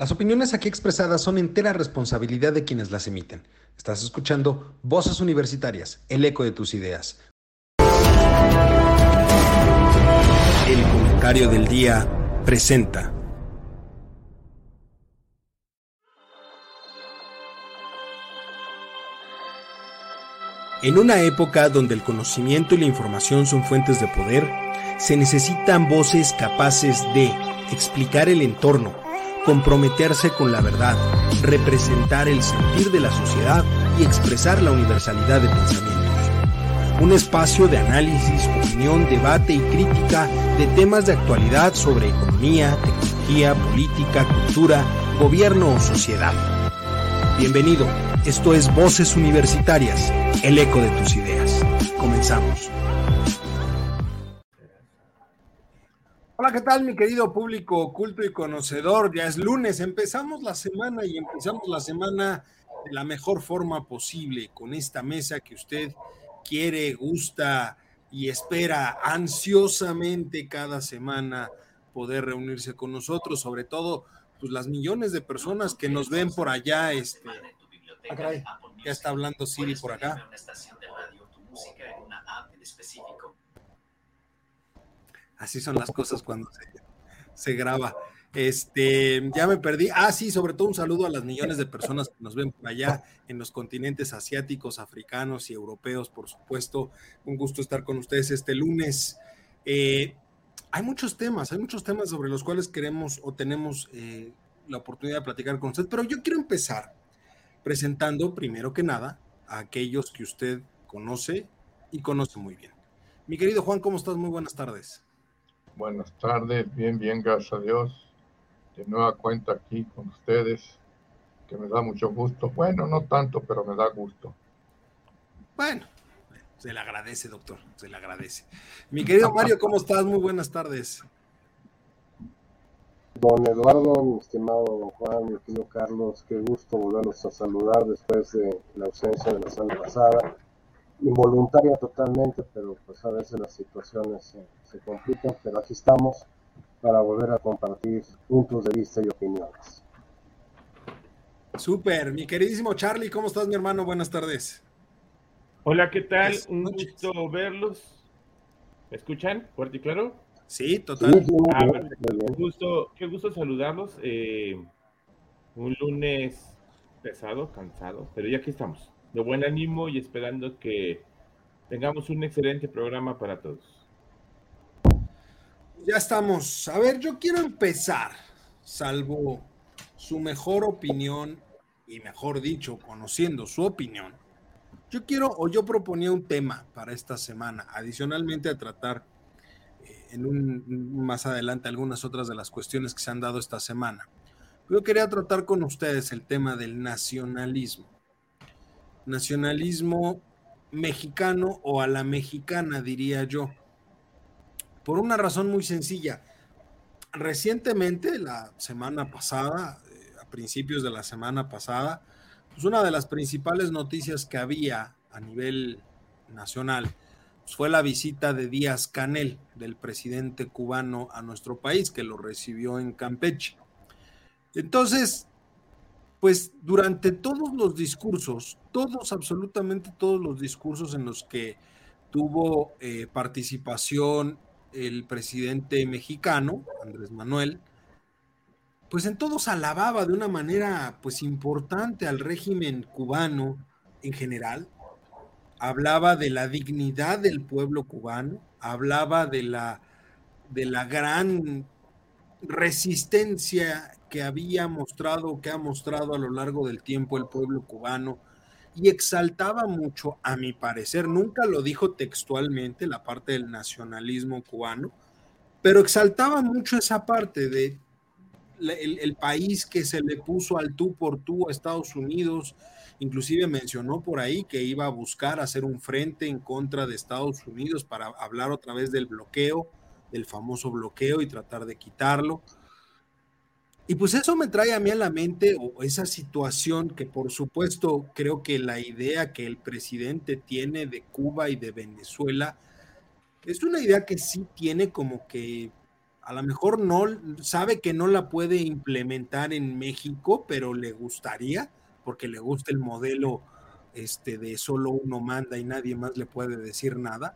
Las opiniones aquí expresadas son entera responsabilidad de quienes las emiten. Estás escuchando Voces Universitarias, el eco de tus ideas. El comentario del día presenta. En una época donde el conocimiento y la información son fuentes de poder, se necesitan voces capaces de explicar el entorno, comprometerse con la verdad, representar el sentir de la sociedad y expresar la universalidad de pensamientos. Un espacio de análisis, opinión, debate y crítica de temas de actualidad sobre economía, tecnología, política, cultura, gobierno o sociedad. Bienvenido, esto es Voces Universitarias, el eco de tus ideas. Comenzamos. Hola, ¿qué tal, mi querido público culto y conocedor? Ya es lunes, empezamos la semana de la mejor forma posible, con esta mesa que usted quiere, gusta y espera ansiosamente cada semana poder reunirse con nosotros, sobre todo pues las millones de personas que nos ven por allá. Ah, caray, ya está hablando Siri por acá. Así son las cosas cuando se graba. Ya me perdí. Ah, sí, sobre todo un saludo a las millones de personas que nos ven por allá en los continentes asiáticos, africanos y europeos, por supuesto. Un gusto estar con ustedes este lunes. Hay muchos temas sobre los cuales queremos o tenemos la oportunidad de platicar con usted, pero yo quiero empezar presentando, primero que nada, a aquellos que usted conoce y conoce muy bien. Mi querido Juan, ¿cómo estás? Muy buenas tardes. Buenas tardes, bien, gracias a Dios. De nueva cuenta aquí con ustedes, que me da mucho gusto. Bueno, no tanto, pero me da gusto. Bueno, se le agradece, doctor, se le agradece. Mi querido Mario, ¿cómo estás? Muy buenas tardes. Don Eduardo, mi estimado Juan, mi querido Carlos, qué gusto volverlos a saludar después de la ausencia de la semana pasada. Involuntaria totalmente, pero pues a veces las situaciones se complican, pero aquí estamos para volver a compartir puntos de vista y opiniones. Súper, mi queridísimo Charlie, ¿cómo estás, mi hermano? Buenas tardes. Hola, ¿qué tal? Un gusto verlos. ¿Me escuchan? ¿Fuerte y claro? Sí, total. Sí, perfecto. Qué gusto saludarlos. Un lunes pesado, cansado, pero ya aquí estamos. De buen ánimo y esperando que tengamos un excelente programa para todos. Ya estamos. A ver, yo quiero empezar, salvo su mejor opinión, y mejor dicho, conociendo su opinión. Yo proponía un tema para esta semana, adicionalmente a tratar más adelante algunas otras de las cuestiones que se han dado esta semana. Yo quería tratar con ustedes el tema del nacionalismo. Nacionalismo mexicano o a la mexicana, diría yo. Por una razón muy sencilla. Recientemente, la semana pasada, a principios de la semana pasada, pues una de las principales noticias que había a nivel nacional pues fue la visita de Díaz-Canel, del presidente cubano, a nuestro país, que lo recibió en Campeche. Entonces, pues durante todos los discursos, absolutamente todos los discursos en los que tuvo participación el presidente mexicano, Andrés Manuel, pues en todos alababa de una manera pues importante al régimen cubano en general, hablaba de la dignidad del pueblo cubano, hablaba de la gran resistencia que había mostrado, que ha mostrado a lo largo del tiempo el pueblo cubano, y exaltaba mucho, a mi parecer, nunca lo dijo textualmente, la parte del nacionalismo cubano, pero exaltaba mucho esa parte de el país que se le puso al tú por tú a Estados Unidos. Inclusive mencionó por ahí que iba a buscar hacer un frente en contra de Estados Unidos para hablar otra vez del bloqueo, del famoso bloqueo, y tratar de quitarlo. Y pues eso me trae a mí a la mente o esa situación que por supuesto creo que la idea que el presidente tiene de Cuba y de Venezuela es una idea que sí tiene como que A lo mejor no sabe que no la puede implementar en México, pero le gustaría, porque le gusta el modelo de solo uno manda y nadie más le puede decir nada.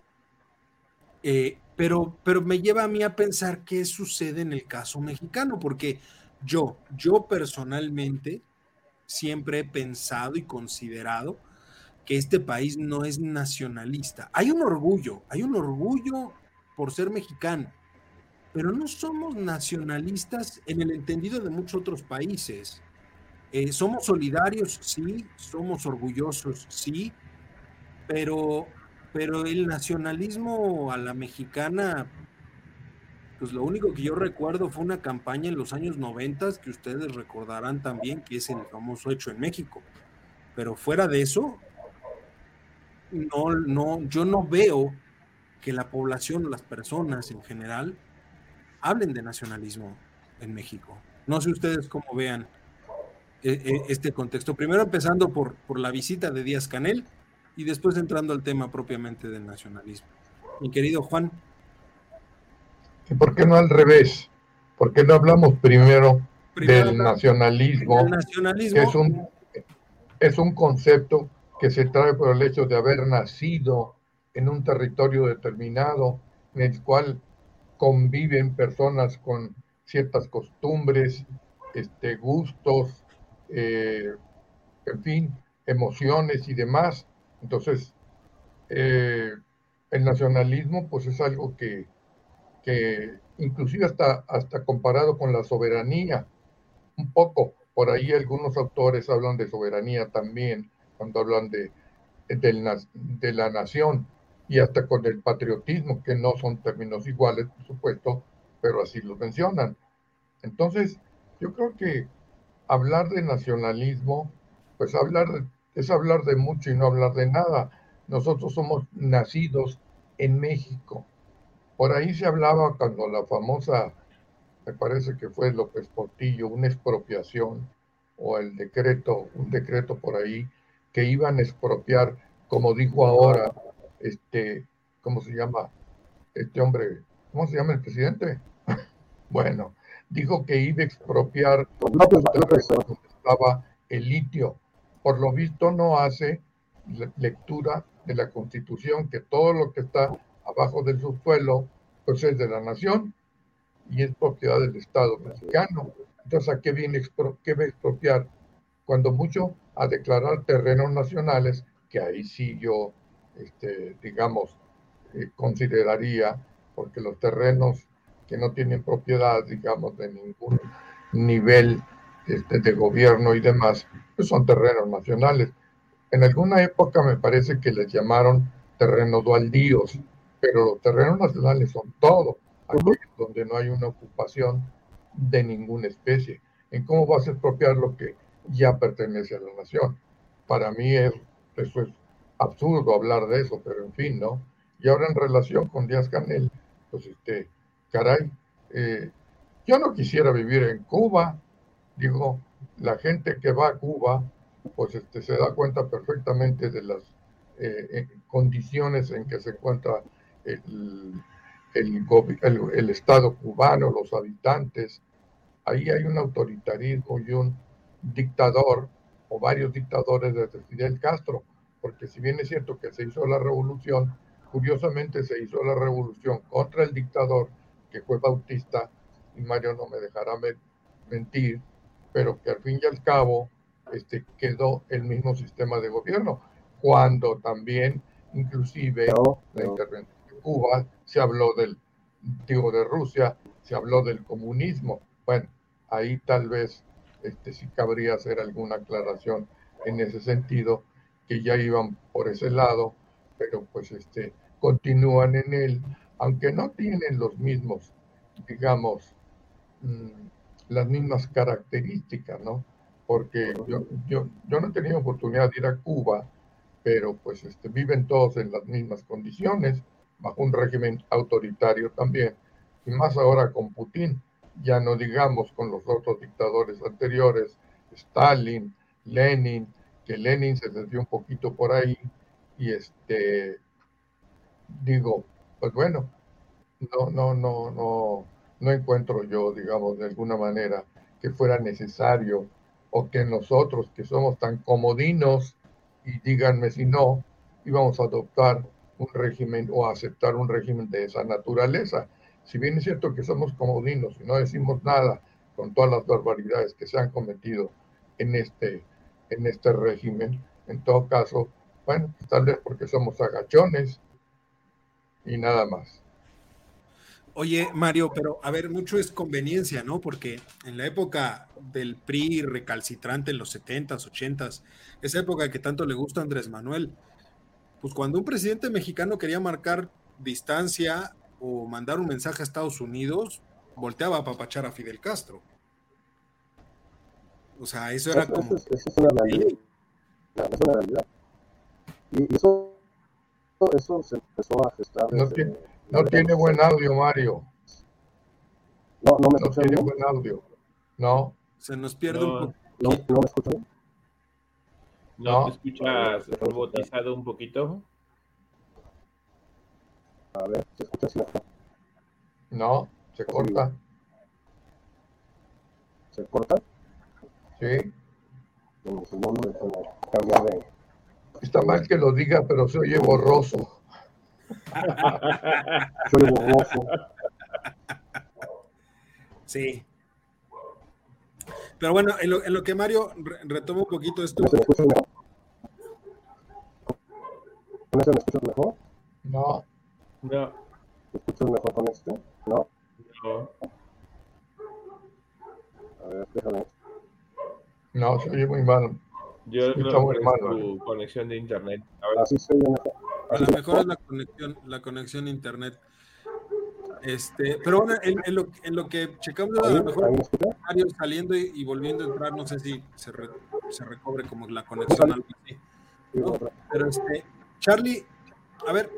Pero me lleva a mí a pensar qué sucede en el caso mexicano, porque yo personalmente siempre he pensado y considerado que este país no es nacionalista. Hay un orgullo por ser mexicano, pero no somos nacionalistas en el entendido de muchos otros países. Somos solidarios, sí, somos orgullosos, sí, pero, pero el nacionalismo a la mexicana, pues lo único que yo recuerdo fue una campaña en los años 90 que ustedes recordarán también, que es el famoso Hecho en México. Pero fuera de eso, yo no veo que la población, las personas en general, hablen de nacionalismo en México. No sé ustedes cómo vean este contexto. Primero empezando por la visita de Díaz Canel y después entrando al tema propiamente del nacionalismo. Mi querido Juan. ¿Y por qué no al revés? ¿Por qué no hablamos primero del nacionalismo, del nacionalismo, que es un concepto que se trae por el hecho de haber nacido en un territorio determinado en el cual conviven personas con ciertas costumbres, gustos, en fin, emociones y demás? Entonces, el nacionalismo pues es algo que inclusive hasta comparado con la soberanía, un poco, por ahí algunos autores hablan de soberanía también, cuando hablan de la nación, y hasta con el patriotismo, que no son términos iguales, por supuesto, pero así los mencionan. Entonces, yo creo que hablar de nacionalismo, pues es hablar de mucho y no hablar de nada. Nosotros somos nacidos en México. Por ahí se hablaba cuando la famosa, me parece que fue López Portillo, una expropiación, o un decreto por ahí, que iban a expropiar, como dijo ahora, ¿cómo se llama? Este hombre, ¿cómo se llama el presidente? Bueno, dijo que iba a expropiar donde estaba el litio. Por lo visto no hace lectura de la Constitución, que todo lo que está abajo del subsuelo, pues es de la nación y es propiedad del Estado mexicano. Entonces, ¿a qué qué va a expropiar? Cuando mucho a declarar terrenos nacionales, que ahí sí yo, digamos, consideraría, porque los terrenos que no tienen propiedad, digamos, de ningún nivel de gobierno y demás, pues son terrenos nacionales. En alguna época me parece que les llamaron terrenos baldíos, pero los terrenos nacionales son todo, aquellos donde no hay una ocupación de ninguna especie. ¿En cómo vas a expropiar lo que ya pertenece a la nación? Para mí eso es absurdo hablar de eso, pero en fin, ¿no? Y ahora en relación con Díaz Canel, pues caray, yo no quisiera vivir en Cuba. Digo, la gente que va a Cuba, pues se da cuenta perfectamente de las condiciones en que se encuentra el, el Estado cubano, los habitantes. Ahí hay un autoritarismo y un dictador, o varios dictadores desde Fidel Castro, porque si bien es cierto que se hizo la revolución, curiosamente se hizo la revolución contra el dictador, que fue Bautista, y Mario no me dejará mentir, pero que al fin y al cabo quedó el mismo sistema de gobierno, cuando también, inclusive, la intervención de Cuba, se habló de Rusia, se habló del comunismo. Bueno, ahí tal vez sí cabría hacer alguna aclaración en ese sentido, que ya iban por ese lado, pero pues continúan en él, aunque no tienen los mismos, digamos, las mismas características, ¿no? Porque yo no he tenido oportunidad de ir a Cuba, pero pues viven todos en las mismas condiciones, bajo un régimen autoritario también, y más ahora con Putin, ya no digamos con los otros dictadores anteriores, Stalin, Lenin, que Lenin se desvió un poquito por ahí, y digo, pues bueno, no no encuentro yo, digamos, de alguna manera que fuera necesario o que nosotros, que somos tan comodinos, y díganme si no, íbamos a adoptar un régimen o a aceptar un régimen de esa naturaleza. Si bien es cierto que somos comodinos y no decimos nada con todas las barbaridades que se han cometido en este régimen, en todo caso, bueno, pues tal vez porque somos agachones y nada más. Oye, Mario, pero a ver, mucho es conveniencia, ¿no? Porque en la época del PRI recalcitrante en los 70s, 80s, esa época que tanto le gusta a Andrés Manuel, pues cuando un presidente mexicano quería marcar distancia o mandar un mensaje a Estados Unidos, volteaba a papachar a Fidel Castro. O sea, eso era como... Eso es una realidad, es una realidad. Y eso se empezó a gestar No, desde no tiene buen audio, Mario. No me No escuchan tiene bien. buen audio. No, Se nos pierde un No, poquito. No me escuchan bien. no te no, escuchas Déjame checar. robotizado un poquito. A ver, ¿se escucha así mejor? no, se Así, corta. ¿se corta? Sí. En un segundo, déjame cambiar de... Está mal que lo diga, pero se oye borroso. Soy borroso. Sí. Pero bueno, en lo que Mario retoma un poquito esto. ¿Se me escucha mejor? ¿Con eso me escuchas mejor? No, No, ¿Me escuchas mejor con este? ¿No? no. A ver, déjame. no, se oye muy mal. Se Yo escucha creo muy que es mal. tu conexión de internet. A ver, Así se oye mejor. A Así lo se mejor es mejor. la conexión a internet. Pero bueno, en lo que checamos, a lo Ahí mejor me escuchas. Mario saliendo y volviendo a entrar, no sé si se recobre como la conexión, algo así, Sí, ¿no? otra. Pero Charlie, a ver,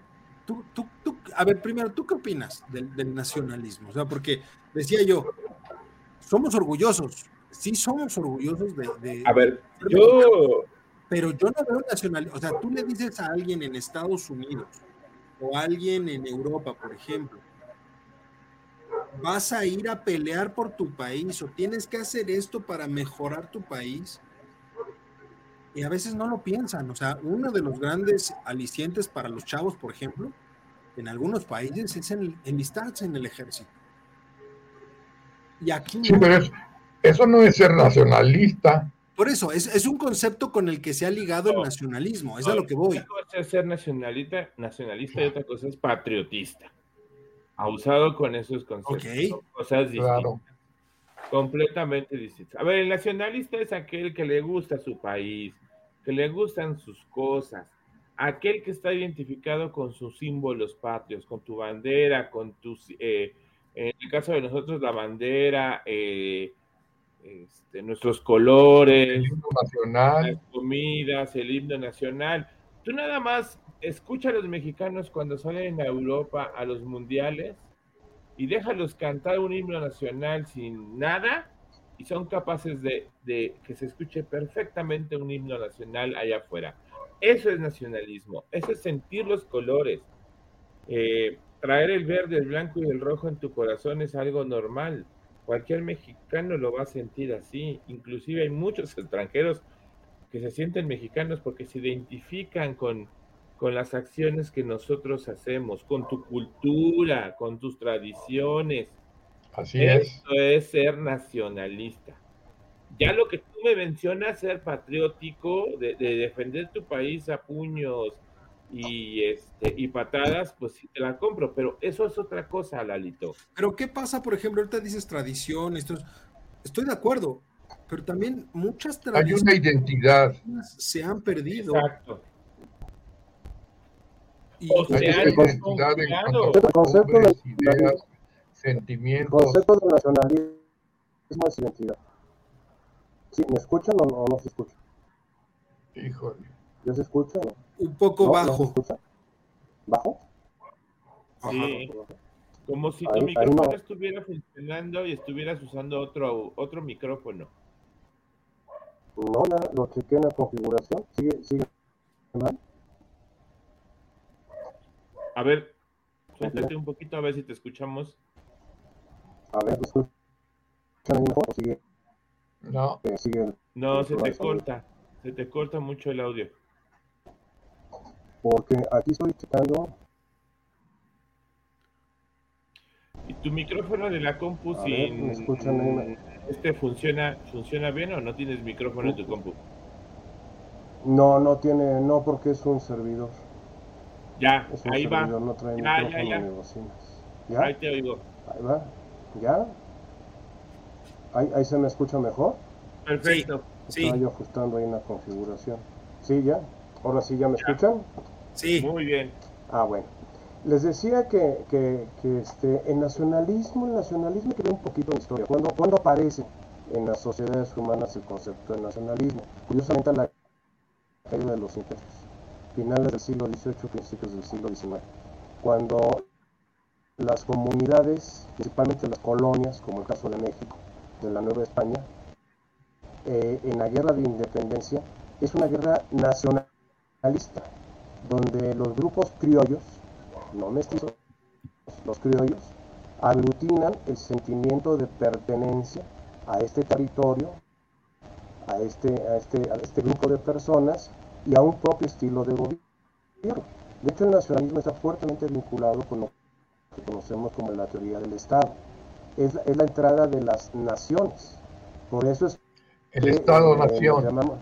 a ver, primero, ¿tú qué opinas del nacionalismo? O sea, porque decía yo, somos orgullosos, sí somos orgullosos a de ver, ser mexicanos, yo, pero yo no veo nacionalismo. O sea, tú le dices a alguien en Estados Unidos o a alguien en Europa, por ejemplo, vas a ir a pelear por tu país o tienes que hacer esto para mejorar tu país. Y a veces no lo piensan. O sea, uno de los grandes alicientes para los chavos, por ejemplo, en algunos países es enlistarse en el ejército. Y aquí Sí, no. pero eso no es ser nacionalista. Por eso, es un concepto con el que se ha ligado el no, nacionalismo. Es no, a lo que una voy. cosa es ser nacionalista y otra cosa es patriotista. Abusado con esos Ok. conceptos. Son cosas distintas, Claro. completamente distintas. A ver, el nacionalista es aquel que le gusta su país, que le gustan sus cosas, aquel que está identificado con sus símbolos patrios, con tu bandera, con tus, en el caso de nosotros, la bandera, nuestros El colores, himno las nacional. comidas, el himno nacional. Tú nada más escucha a los mexicanos cuando salen a Europa a los mundiales y déjalos cantar un himno nacional sin nada y son capaces de que se escuche perfectamente un himno nacional allá afuera. Eso es nacionalismo, eso es sentir los colores. Traer el verde, el blanco y el rojo en tu corazón es algo normal. Cualquier mexicano lo va a sentir así. Inclusive hay muchos extranjeros que se sienten mexicanos porque se identifican con las acciones que nosotros hacemos, con tu cultura, con tus tradiciones. Así es. Eso es ser nacionalista. Ya lo que tú me mencionas, ser patriótico, de defender tu país a puños y patadas, pues sí te la compro, pero eso es otra cosa, Lalito. Pero ¿qué pasa, por ejemplo, ahorita dices tradición, estoy de acuerdo, pero también muchas Hay una tradiciones identidad. se han perdido Exacto. O y Hay se una han identidad en cuanto a conjugado. El concepto costumbres, de, ideas, el sentimientos. concepto de nacionalismo es identidad. ¿Sí? ¿Me escuchan o no se escucha? Híjole. ¿Ya se escucha o no? un poco ¿No? ¿No se bajo. escucha? ¿Bajo? Ajá. Sí, como si tu Ahí micrófono no. estuviera funcionando y estuvieras usando otro micrófono. No, ya lo chequé en la configuración. Sigue mal. A ver, suéltate un poquito a ver si te escuchamos. A ver, ¿me escuchan ahí mejor o sigue? No, Sigue No, se te sonido? corta mucho el audio. Porque aquí estoy checando. ¿Y tu micrófono de la compu A ver, ¿me escuchan ahí? funciona bien o no tienes micrófono en tu compu? No tiene, no, porque es un servidor. Ya, Es un ahí va. servidor, no trae Ya. micrófono ni bocinas. ¿Ya? Ahí te oigo. Ahí va. ¿Ya? Ahí se me escucha mejor. Sí, Perfecto. Estaba sí, yo ajustando ahí una configuración. ¿Sí, ya? ¿Ahora sí ya me escuchan? sí. Muy bien. Ah, bueno. Les decía que el nacionalismo quería un poquito de historia. ¿Cuándo aparece en las sociedades humanas el concepto de nacionalismo? Curiosamente a la caída de los imperios, finales del siglo XVIII, principios del siglo XIX, cuando las comunidades, principalmente las colonias, como el caso de México, de la Nueva España, en la guerra de independencia, es una guerra nacionalista, donde los grupos criollos, no mestizos, los criollos, aglutinan el sentimiento de pertenencia a este territorio, a este grupo de personas y a un propio estilo de gobierno. De hecho, el nacionalismo está fuertemente vinculado con lo que conocemos como la teoría del Estado. Es la entrada de las naciones. Por eso es el que nos Estado-Nación. llamamos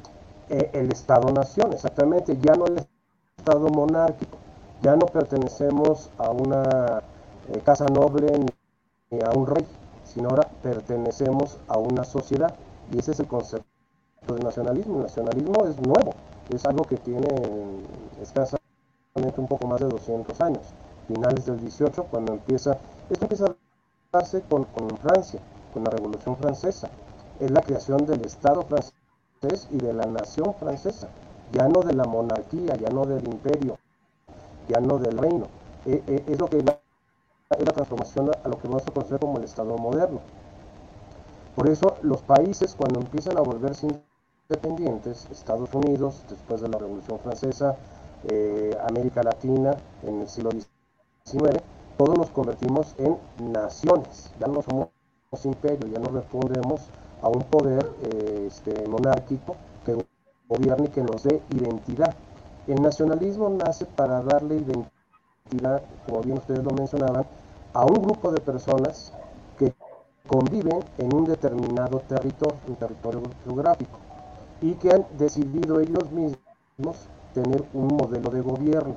el Estado-Nación, exactamente. Ya no el Estado monárquico. Ya no pertenecemos a una casa noble ni a un rey, sino ahora pertenecemos a una sociedad. Y ese es el concepto del nacionalismo. El nacionalismo es nuevo, es algo que tiene escasamente un poco más de 200 años, finales del 18, cuando esto empieza a darse con Francia, con la Revolución Francesa. Es la creación del Estado francés y de la nación francesa, ya no de la monarquía, ya no del imperio, ya no del reino. Es lo que es la transformación a lo que vamos a conocer como el Estado moderno. Por eso los países, cuando empiezan a volverse independientes, Estados Unidos después de la Revolución Francesa, América Latina en el siglo XIX, todos nos convertimos en naciones. Ya no somos imperio, ya no respondemos a un poder monárquico que gobierne y que nos dé identidad. El nacionalismo nace para darle identidad, como bien ustedes lo mencionaban, a un grupo de personas que conviven en un determinado territorio, un territorio geográfico, y que han decidido ellos mismos tener un modelo de gobierno.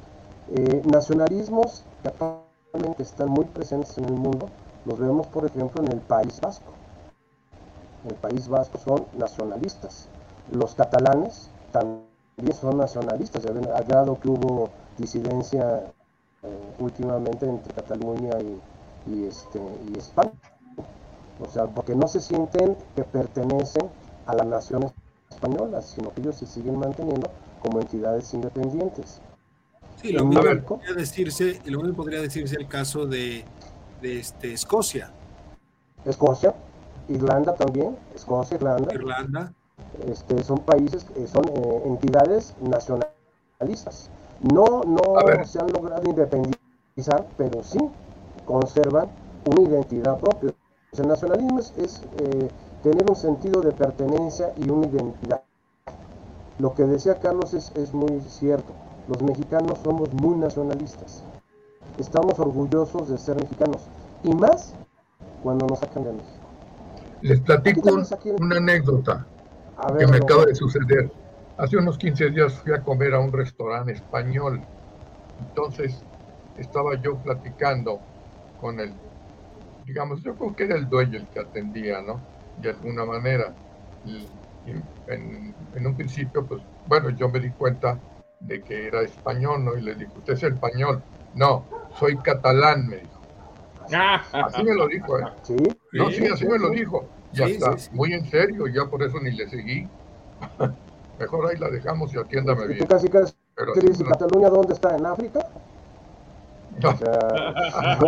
Nacionalismos que actualmente están muy presentes en el mundo, los vemos por ejemplo en el País Vasco. En el País Vasco son nacionalistas. Los catalanes también son nacionalistas, dado que hubo disidencia últimamente entre Cataluña y España. O sea, porque no se sienten que pertenecen a la nación española, sino que ellos se siguen manteniendo como entidades independientes. Sí, lo mismo podría decirse el caso de Escocia. Escocia, Irlanda también, Escocia, Irlanda. Son países que son entidades nacionalistas. No se han logrado independizar, pero sí conservan una identidad propia. El nacionalismo es tener un sentido de pertenencia y una identidad. Lo que decía Carlos es muy cierto. Los mexicanos somos muy nacionalistas. Estamos orgullosos de ser mexicanos. Y más cuando nos sacan de México. Les platico una anécdota que me acaba de suceder. Hace unos 15 días fui a comer a un restaurante español. Entonces estaba yo platicando con el, digamos, yo creo que era el dueño el que atendía, ¿no? De alguna manera. Y en un principio, pues, bueno, yo me di cuenta de que era español, ¿no? Y le dije, ¿usted es español? No, soy catalán, me dijo. Así me lo dijo, ¿eh? ¿Sí? No, sí, así me lo dijo. Y hasta sí. muy en serio, ya por eso ni le seguí. Mejor ahí la dejamos y atiéndame bien. ¿Tú casi dices Cataluña dónde está? ¿En África? No. O sea,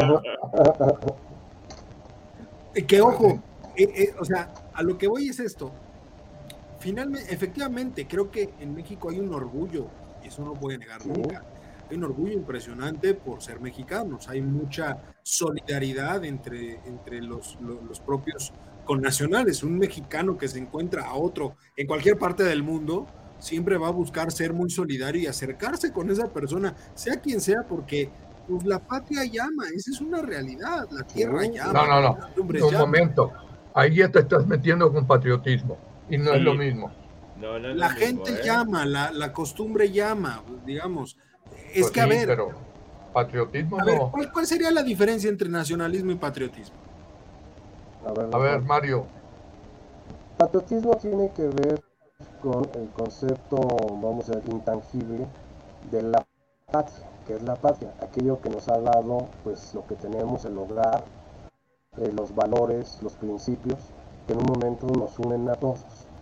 Que ojo, o sea, a lo que voy es esto. Finalmente, efectivamente, creo que en México hay un orgullo, y eso no lo puede negar nunca, hay un orgullo impresionante por ser mexicanos, hay mucha solidaridad entre los propios connacionales. Un mexicano que se encuentra a otro en cualquier parte del mundo siempre va a buscar ser muy solidario y acercarse con esa persona, sea quien sea, porque pues la patria llama, esa es una realidad, la tierra llama. No, un momento, ahí ya te estás metiendo con patriotismo y no es lo mismo. No, la gente mismo, llama, la costumbre llama, digamos. Es pues que, sí, a ver, pero patriotismo no. ¿Cuál sería la diferencia entre nacionalismo y patriotismo? A ver, Mario. Patriotismo tiene que ver con el concepto, vamos a decir, intangible de la patria, que es la patria, aquello que nos ha dado, pues, lo que tenemos, el hogar, los valores, los principios, que en un momento nos unen a todos.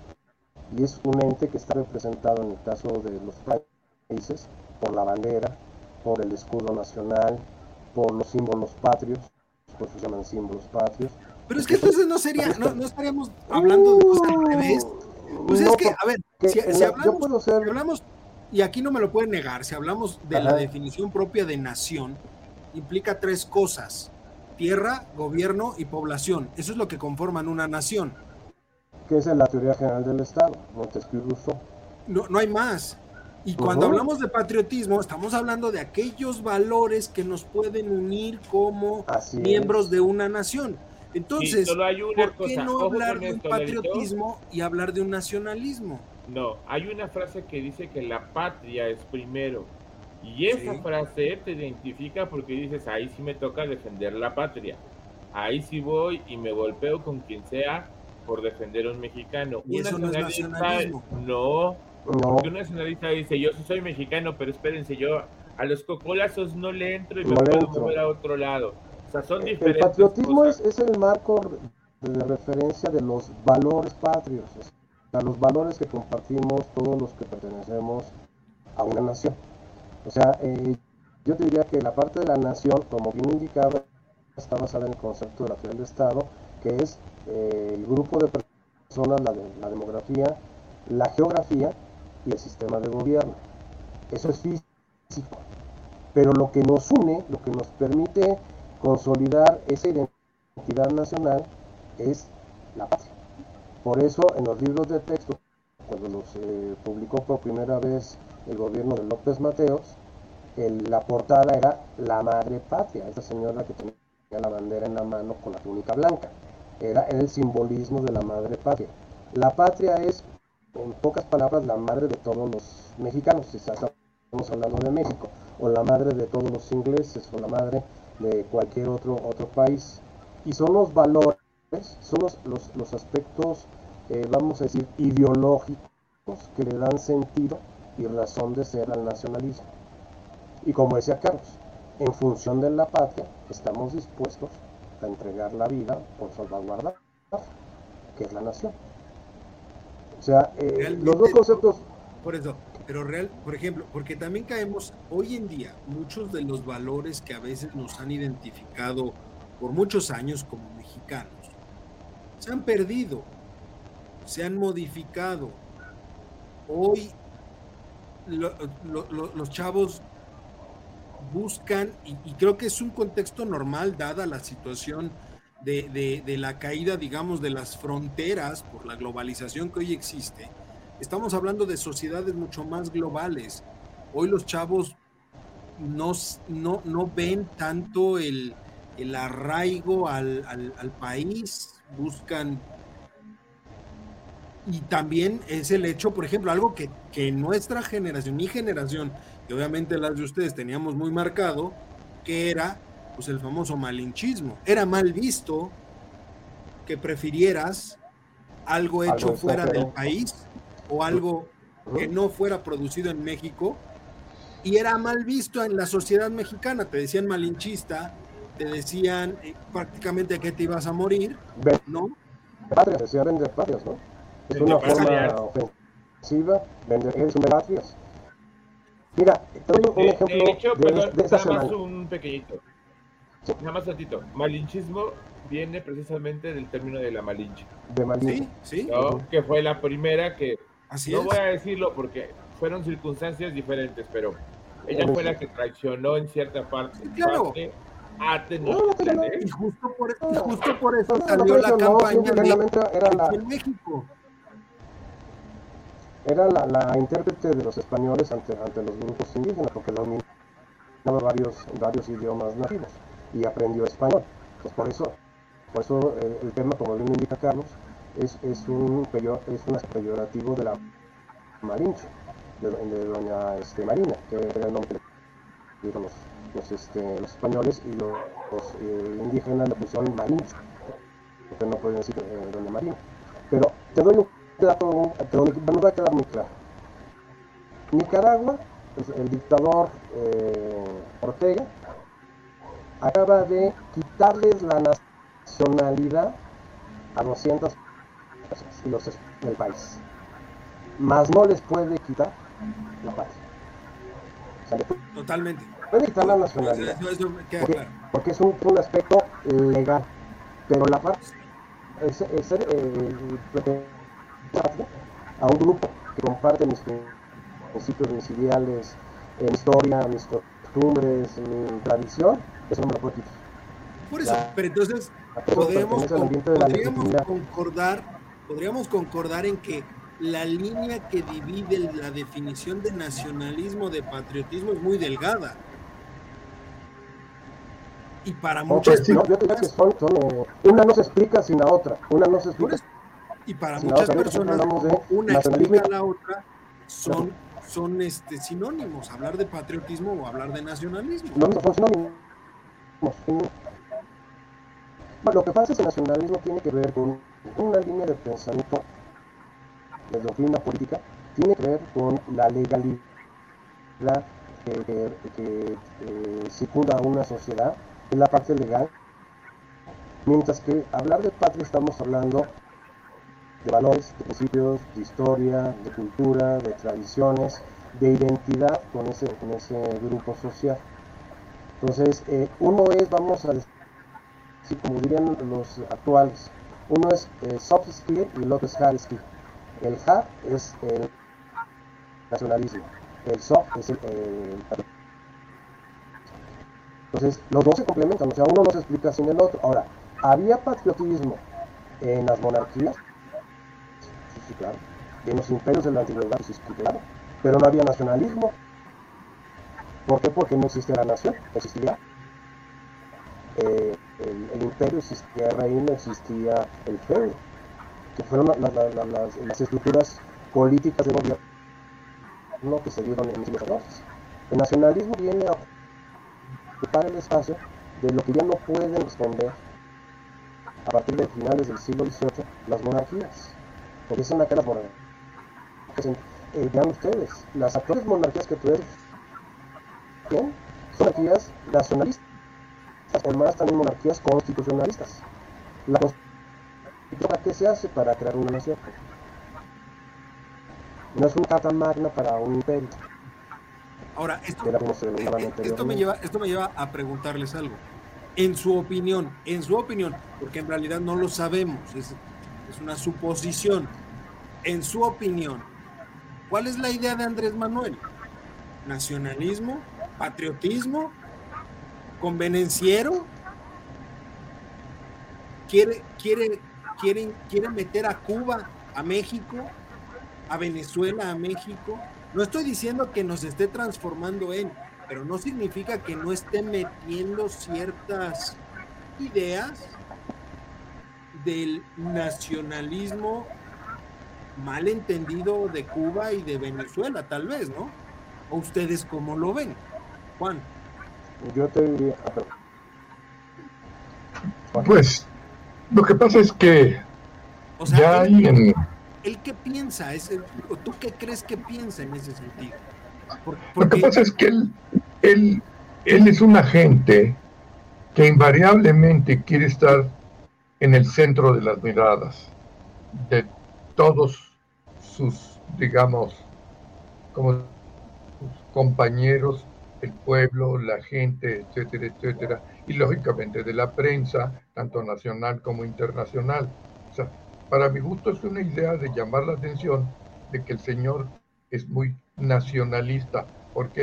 Y es un ente que está representado en el caso de los países por la bandera, por el escudo nacional, por los símbolos patrios, por eso se llaman símbolos patrios. Pero es que entonces no estaríamos hablando de cosas al revés. Pues no, es que, a ver, si hablamos, y aquí no me lo pueden negar, si hablamos de la definición propia de nación, implica tres cosas: tierra, gobierno y población. Eso es lo que conforman una nación. Que es la teoría general del Estado, Montesquieu y Rousseau. No hay más. Y cuando hablamos de patriotismo, estamos hablando de aquellos valores que nos pueden unir como miembros de una nación. Entonces, ¿por qué no hablar de un patriotismo y hablar de un nacionalismo? No, hay una frase que dice que la patria es primero. Y esa frase te identifica porque dices, ahí sí me toca defender la patria. Ahí sí voy y me golpeo con quien sea por defender a un mexicano. ¿Y eso no es nacionalismo? No, porque un nacionalista dice, yo sí soy mexicano, pero espérense, yo a los cocolazos no le entro y me puedo mover a otro lado. O sea, son diferentes. El patriotismo es el marco de referencia de los valores patrios, o sea, los valores que compartimos todos los que pertenecemos a una nación. O sea, yo te diría que la parte de la nación, como bien indicaba, está basada en el concepto de la teoría del Estado, que es el grupo de personas, la demografía, la geografía y el sistema de gobierno. Eso es físico. Pero lo que nos une, lo que nos permite consolidar esa identidad nacional es la patria. Por eso en los libros de texto, cuando los publicó por primera vez el gobierno de López Mateos, la portada era la madre patria, esa señora que tenía la bandera en la mano con la túnica blanca. Era el simbolismo de la madre patria. La patria es, en pocas palabras, la madre de todos los mexicanos, si estamos hablando de México, o la madre de todos los ingleses, o la madre de cualquier otro país. Y son los valores, son los aspectos, vamos a decir, ideológicos que le dan sentido y razón de ser al nacionalismo. Y como decía Carlos, en función de la patria, estamos dispuestos a entregar la vida por salvaguardar, que es la nación. O sea, los dos conceptos... Por eso, pero por ejemplo, porque también caemos hoy en día, muchos de los valores que a veces nos han identificado por muchos años como mexicanos, se han perdido, se han modificado. Hoy los chavos buscan, y creo que es un contexto normal dada la situación de la caída, digamos, de las fronteras por la globalización que hoy existe. Estamos hablando de sociedades mucho más globales. Hoy los chavos no ven tanto el arraigo al país, buscan. Y también es el hecho, por ejemplo, algo que nuestra generación, mi generación, y obviamente las de ustedes teníamos muy marcado, que era pues el famoso malinchismo. Era mal visto que prefirieras algo hecho fuera del país o algo que no fuera producido en México, y era mal visto en la sociedad mexicana. Te decían malinchista, te decían prácticamente que te ibas a morir, ¿no? Patrias, decía vender patrias, ¿no? Es una forma ofensiva, vender patrias. Mira, te doy un ejemplo de hecho, de esta nada más semana. un pequeñito, nada más tantito. Malinchismo viene precisamente del término de la Malinche. De Malinche. Sí. ¿No? Que fue la primera que... Así no es. voy a decirlo porque fueron circunstancias diferentes, pero ella fue la que traicionó en cierta parte. Claro. A Tenochtitlan, ¿eh? Y justo por eso salió la campaña en México. Era la intérprete de los españoles ante los grupos indígenas, porque dominaba varios idiomas nativos y aprendió español. Pues por eso el tema, como bien indica Carlos, es un peyorativo de la Malinche, de doña Marina, que era el nombre que le dieron los españoles, y los indígenas le pusieron Malinche, porque no pueden decir doña Marina. Pero te doy un dato que nos va a quedar muy claro. Nicaragua, pues, el dictador Ortega acaba de quitarles la nacionalidad a 200 personas del país, más no les puede quitar la patria. O sea, Totalmente. Puede quitar la nacionalidad, eso me queda claro. porque es un aspecto legal, pero la parte es a un grupo que comparte mis principios, mis ideales, mi historia, mis costumbres, mi tradición, eso no me lo puedo quitar. Por eso, pero entonces podríamos concordar en que la línea que divide la definición de nacionalismo, de patriotismo, es muy delgada. Y para muchas personas, yo diría que son una no se explica sin la otra, y para muchas personas, una explica a la otra, son sinónimos, hablar de patriotismo o hablar de nacionalismo. No son sinónimos. Lo que pasa es que el nacionalismo tiene que ver con una línea de pensamiento, de doctrina política, tiene que ver con la legalidad que circunda una sociedad, es la parte legal, mientras que hablar de patria estamos hablando de valores, de principios, de historia, de cultura, de tradiciones, de identidad con ese grupo social. Entonces, uno es, vamos a decir, como dirían los actuales, uno es soft skill y el otro es hard skill. El hard es el nacionalismo, el soft es el entonces, los dos se complementan, o sea, uno no se explica sin el otro. Ahora, ¿había patriotismo en las monarquías? Sí, claro. En los imperios de la antigüedad, sí, claro. Pero no había nacionalismo. ¿Por qué? Porque no existía la nación, existía el imperio, existía el reino, existía el feudo, que fueron las estructuras políticas de gobierno que se dieron en los años. El nacionalismo viene a ocupar el espacio de lo que ya no pueden responder a partir de finales del siglo XVIII las monarquías. Empiezan acá las monarquías. Vean ustedes, las actuales monarquías que tuvieron son monarquías nacionalistas, o más también monarquías constitucionalistas. La constitución, ¿para qué se hace? Para crear una nación. No es una carta magna para un imperio. Ahora, esto me lleva a preguntarles algo. En su opinión, porque en realidad no lo sabemos, es una suposición. En su opinión, ¿cuál es la idea de Andrés Manuel? ¿Nacionalismo? ¿Patriotismo? ¿Convenenciero? ¿Quiere meter a Cuba, a México, a Venezuela, a México? No estoy diciendo que nos esté transformando pero no significa que no esté metiendo ciertas ideas del nacionalismo mal entendido de Cuba y de Venezuela, tal vez, ¿no? ¿O ustedes cómo lo ven, Juan? Yo te diría... Pues, lo que pasa es que o sea, ya hay en... ¿Él qué piensa? ¿O tú qué crees que piensa en ese sentido? Lo que pasa es que él es un agente que invariablemente quiere estar en el centro de las miradas de todos sus, digamos, como sus compañeros, el pueblo, la gente, etcétera, etcétera, y lógicamente de la prensa, tanto nacional como internacional. O sea, para mi gusto es una idea de llamar la atención de que el señor es muy nacionalista. ¿Por qué?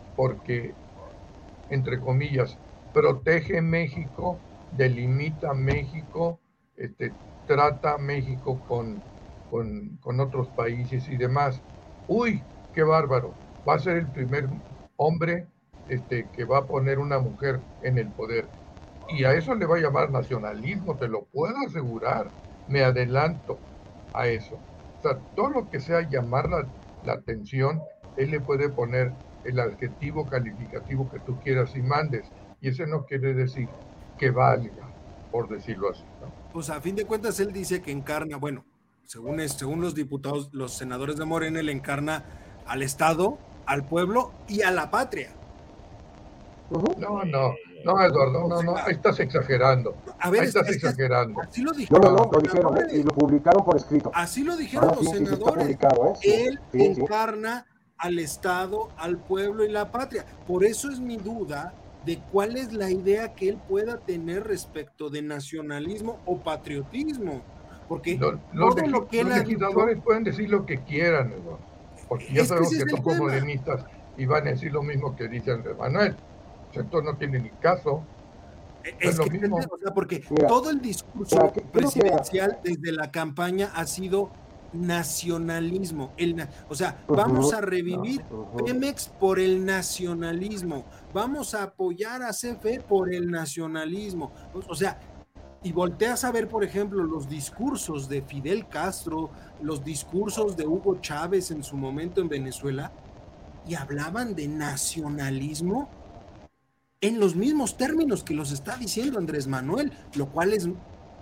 porque, entre comillas, protege México, delimita México, trata México con otros países y demás. ¡Uy, qué bárbaro! Va a ser el primer hombre que va a poner una mujer en el poder. Y a eso le va a llamar nacionalismo, te lo puedo asegurar. Me adelanto a eso. O sea, todo lo que sea llamar la atención, él le puede poner el adjetivo calificativo que tú quieras y mandes. Y ese no quiere decir que valga, por decirlo así, ¿no? Pues a fin de cuentas él dice que encarna, bueno, según los diputados, los senadores de Morena, él encarna al Estado, al pueblo y a la patria. No, Eduardo, no, ahí estás exagerando. A ver, ahí estás exagerando. Así lo dijeron. No, lo dijeron, y lo publicaron por escrito. Así lo dijeron los senadores. Él encarna al Estado, al pueblo y la patria. Por eso es mi duda de cuál es la idea que él pueda tener respecto de nacionalismo o patriotismo. Porque los legisladores pueden decir lo que quieran, Eduardo, porque ya sabemos que son morenistas y van a decir lo mismo que dice Andrés Manuel. Esto no tiene ni caso. Es lo mismo. O sea, porque todo el discurso presidencial desde la campaña ha sido nacionalismo. O sea, vamos a revivir Pemex por el nacionalismo. Vamos a apoyar a CFE por el nacionalismo. O sea, y volteas a ver, por ejemplo, los discursos de Fidel Castro, los discursos de Hugo Chávez en su momento en Venezuela, y hablaban de nacionalismo en los mismos términos que los está diciendo Andrés Manuel, lo cual es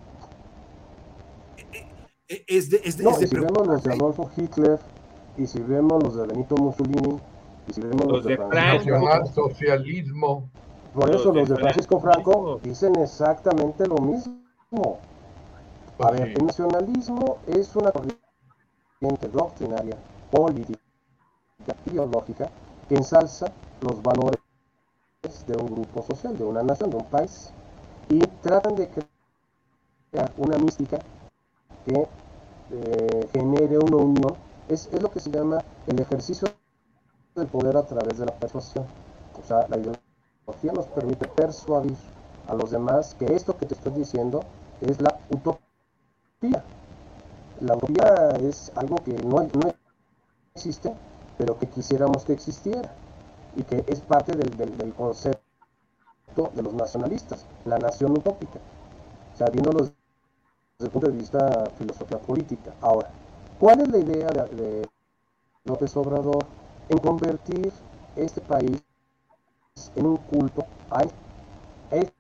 si vemos los de Adolfo Hitler, y si vemos los de Benito Mussolini, y si vemos los de socialismo, por eso los de Francisco Franco dicen exactamente lo mismo. A ver, el nacionalismo es una corriente doctrinaria, política, ideológica, que ensalza los valores de un grupo social, de una nación, de un país, y tratan de crear una mística que genere una unión. Es lo que se llama el ejercicio del poder a través de la persuasión. O sea, la ideología nos permite persuadir a los demás que esto que te estoy diciendo es la utopía. La utopía es algo que no existe, pero que quisiéramos que existiera, y que es parte del concepto de los nacionalistas, la nación utópica, o sea, viéndolo desde el punto de vista filosofía política. Ahora, ¿cuál es la idea de López Obrador? En convertir este país en un culto a él.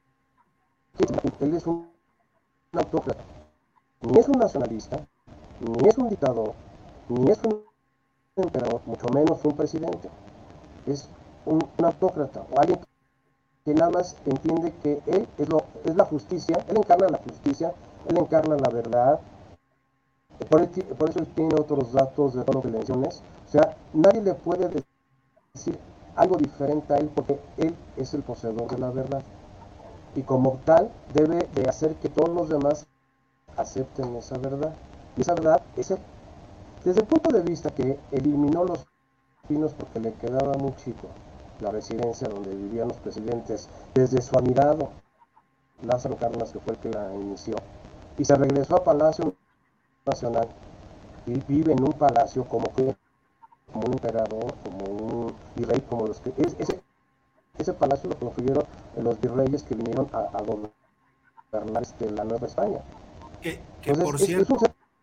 Él es un autócrata, ni es un nacionalista, ni es un dictador, ni es un emperador, mucho menos un presidente. Es un autócrata, o alguien que nada más entiende que él es la justicia, él encarna la justicia, él encarna la verdad. Por eso él tiene otros datos de todo lo que le menciones. O sea, nadie le puede decir algo diferente a él, porque él es el poseedor de la verdad, y como tal debe de hacer que todos los demás acepten esa verdad, y esa verdad es él. Desde el punto de vista que eliminó los Pinos porque le quedaba muy chico la residencia donde vivían los presidentes, desde su admirado Lázaro Cárdenas, que fue el que la inició, y se regresó a Palacio Nacional y vive en un palacio como un emperador, como un virrey, como los que ese palacio lo construyeron los virreyes que vinieron a gobernar la Nueva España. Por cierto,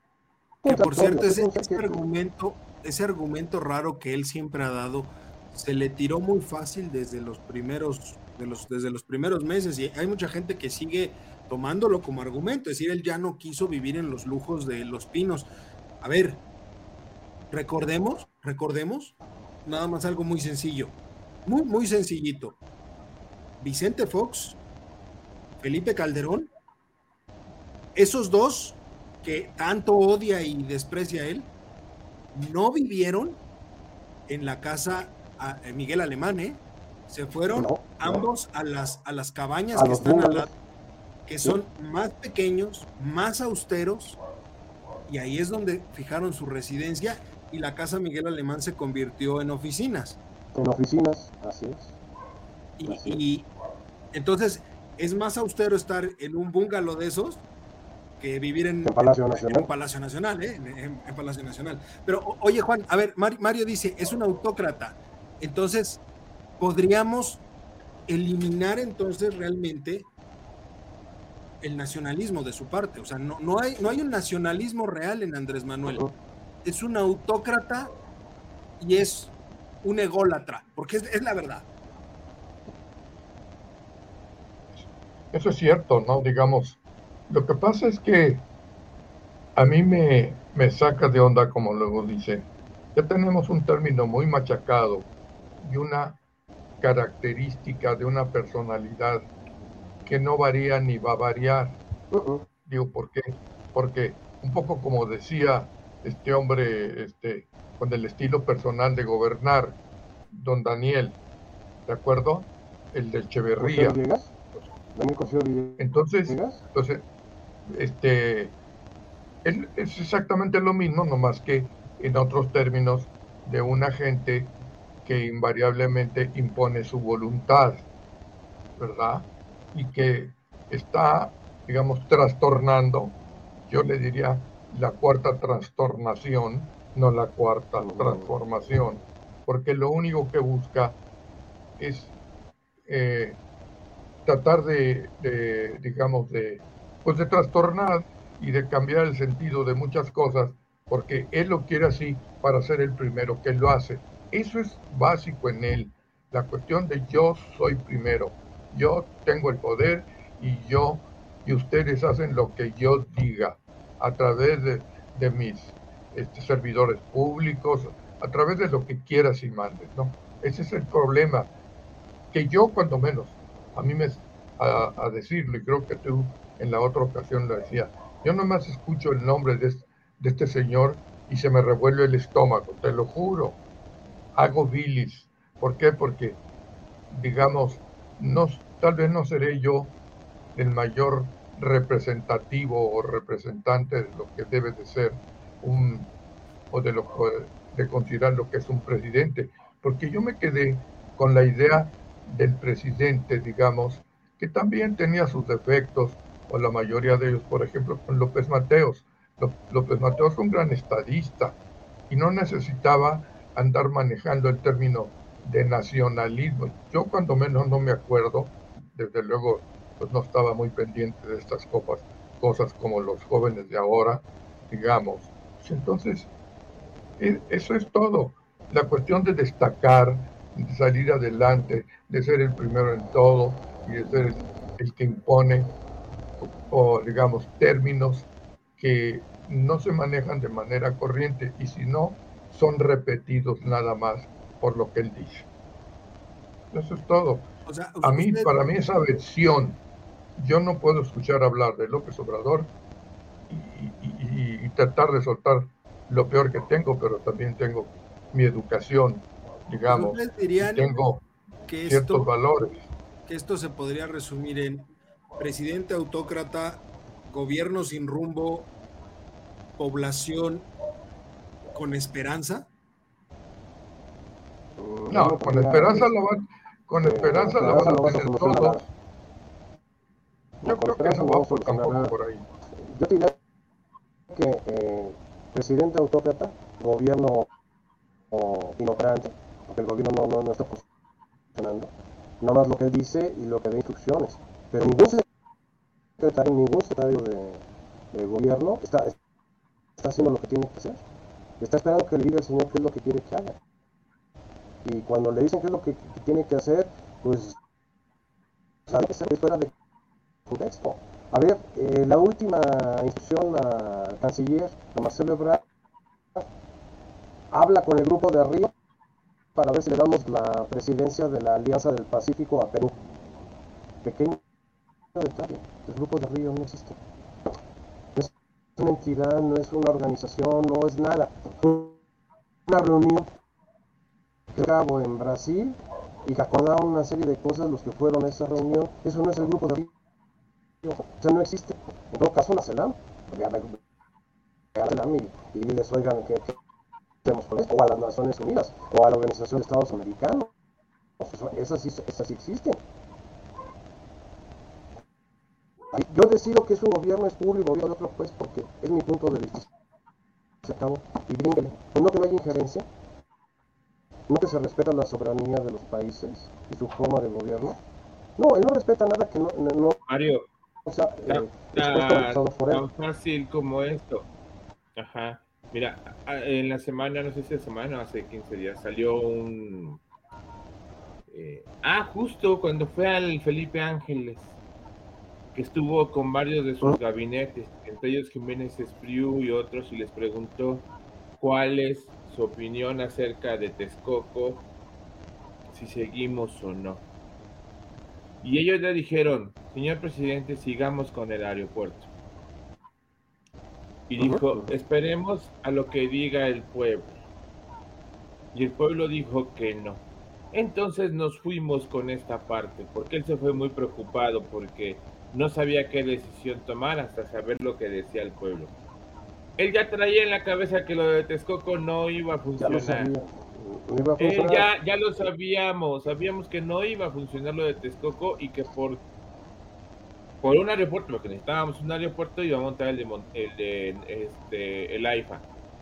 ese argumento raro que él siempre ha dado, se le tiró muy fácil desde los primeros meses, y hay mucha gente que sigue tomándolo como argumento, es decir, él ya no quiso vivir en los lujos de Los Pinos. A ver, recordemos, nada más algo muy sencillo, muy sencillito. Vicente Fox, Felipe Calderón, esos dos que tanto odia y desprecia a él, no vivieron en la casa Miguel Alemán, se fueron ambos a las cabañas que están al lado, que son más pequeños, más austeros, y ahí es donde fijaron su residencia, y la casa Miguel Alemán se convirtió en oficinas. En oficinas, así es. Y entonces, es más austero estar en un bungalow de esos que vivir en Palacio un Nacional. Palacio Nacional, en Palacio Nacional. Pero, oye, Juan, a ver, Mario dice, es un autócrata. Entonces, podríamos eliminar entonces realmente el nacionalismo de su parte. O sea, no hay un nacionalismo real en Andrés Manuel. Es un autócrata y es un ególatra, porque es la verdad. Eso es cierto, ¿no? Digamos, lo que pasa es que a mí me saca de onda, como luego dice. Ya tenemos un término muy machacado y una característica de una personalidad que no varía ni va a variar. Digo, ¿por qué? Porque un poco como decía este hombre, con el estilo personal de gobernar, don Daniel, ¿de acuerdo? El de Echeverría. Entonces, es exactamente lo mismo, nomás que en otros términos de una gente que invariablemente impone su voluntad, ¿verdad? Y que está, digamos, trastornando, yo le diría la cuarta trastornación, no la cuarta transformación, porque lo único que busca es tratar digamos, pues de trastornar y de cambiar el sentido de muchas cosas, porque él lo quiere así para ser el primero que lo hace. Eso es básico en él, la cuestión de yo soy primero, yo tengo el poder y ustedes hacen lo que yo diga a través de mis servidores públicos, a través de lo que quieras y mandes, ¿no? Ese es el problema, que yo cuando menos, a mí a decirlo, y creo que tú en la otra ocasión lo decía, yo nomás escucho el nombre de este señor y se me revuelve el estómago, te lo juro, hago bilis. ¿Por qué? Porque, digamos, no, tal vez no seré yo el mayor representativo o representante de lo que debe de ser de considerar lo que es un presidente, porque yo me quedé con la idea del presidente, digamos, que también tenía sus defectos, o la mayoría de ellos, por ejemplo, con López Mateos. López Mateos fue un gran estadista y no necesitaba andar manejando el término de nacionalismo. Yo cuando menos no me acuerdo, desde luego, pues no estaba muy pendiente de estas cosas como los jóvenes de ahora, digamos. Entonces, eso es todo. La cuestión de destacar, de salir adelante, de ser el primero en todo y de ser el que impone, o digamos, términos que no se manejan de manera corriente y si no, son repetidos nada más por lo que él dice. Eso es todo. O sea, Para mí esa versión, yo no puedo escuchar hablar de López Obrador y tratar de soltar lo peor que tengo, pero también tengo mi educación, digamos, y tengo que ciertos valores. Que esto se podría resumir en presidente autócrata, gobierno sin rumbo, población con esperanza. No, con esperanza lo van a tener todos. Yo creo que no va tampoco por ahí. Yo diría que presidente autócrata, gobierno inoperante, porque el gobierno no está funcionando, nada más lo que él dice y lo que da instrucciones, pero ningún secretario de gobierno está haciendo lo que tiene que hacer, está esperando que le diga el señor qué es lo que quiere que haga, y cuando le dicen qué es lo que tiene que hacer, pues sabe que se ve fuera de contexto. A ver, la última instrucción al canciller, a Marcelo Ebrard, habla con el grupo de arriba para ver si le damos la presidencia de la Alianza del Pacífico a Perú. Pequeño detalle, el grupo de arriba no existe. No es una entidad, no es una organización, no es nada. Una reunión que acabó en Brasil y que acordaron una serie de cosas los que fueron a esa reunión. Eso no es el grupo de arriba. O sea, no existe. En todo caso, la CELAM. Y les oigan que o a las Naciones Unidas, o a la Organización de Estados Americanos. Esas sí existen. Yo decido que es un gobierno es puro y gobierno de otro, pues, porque es mi punto de vista. Se acabó. Y brínquele. Pues no que no hay injerencia, no que se respeta la soberanía de los países y su forma de gobierno. No, él no respeta nada que no Mario, o sea, expuesto por él. tan fácil como esto. Ajá. Mira, en la semana, no sé si la semana o hace 15 días, salió un... justo cuando fue al Felipe Ángeles, que estuvo con varios de sus gabinetes, entre ellos Jiménez Espriu y otros, y les preguntó cuál es su opinión acerca de Texcoco, si seguimos o no. Y ellos le dijeron, señor presidente, sigamos con el aeropuerto. Y dijo, esperemos a lo que diga el pueblo. Y el pueblo dijo que no. Entonces nos fuimos con esta parte, porque él se fue muy preocupado, porque no sabía qué decisión tomar hasta saber lo que decía el pueblo. Él ya traía en la cabeza que lo de Texcoco no iba a funcionar. Ya lo sabíamos que no iba a funcionar lo de Texcoco y que por un aeropuerto, lo que necesitábamos un aeropuerto, iba a montar el AIFA.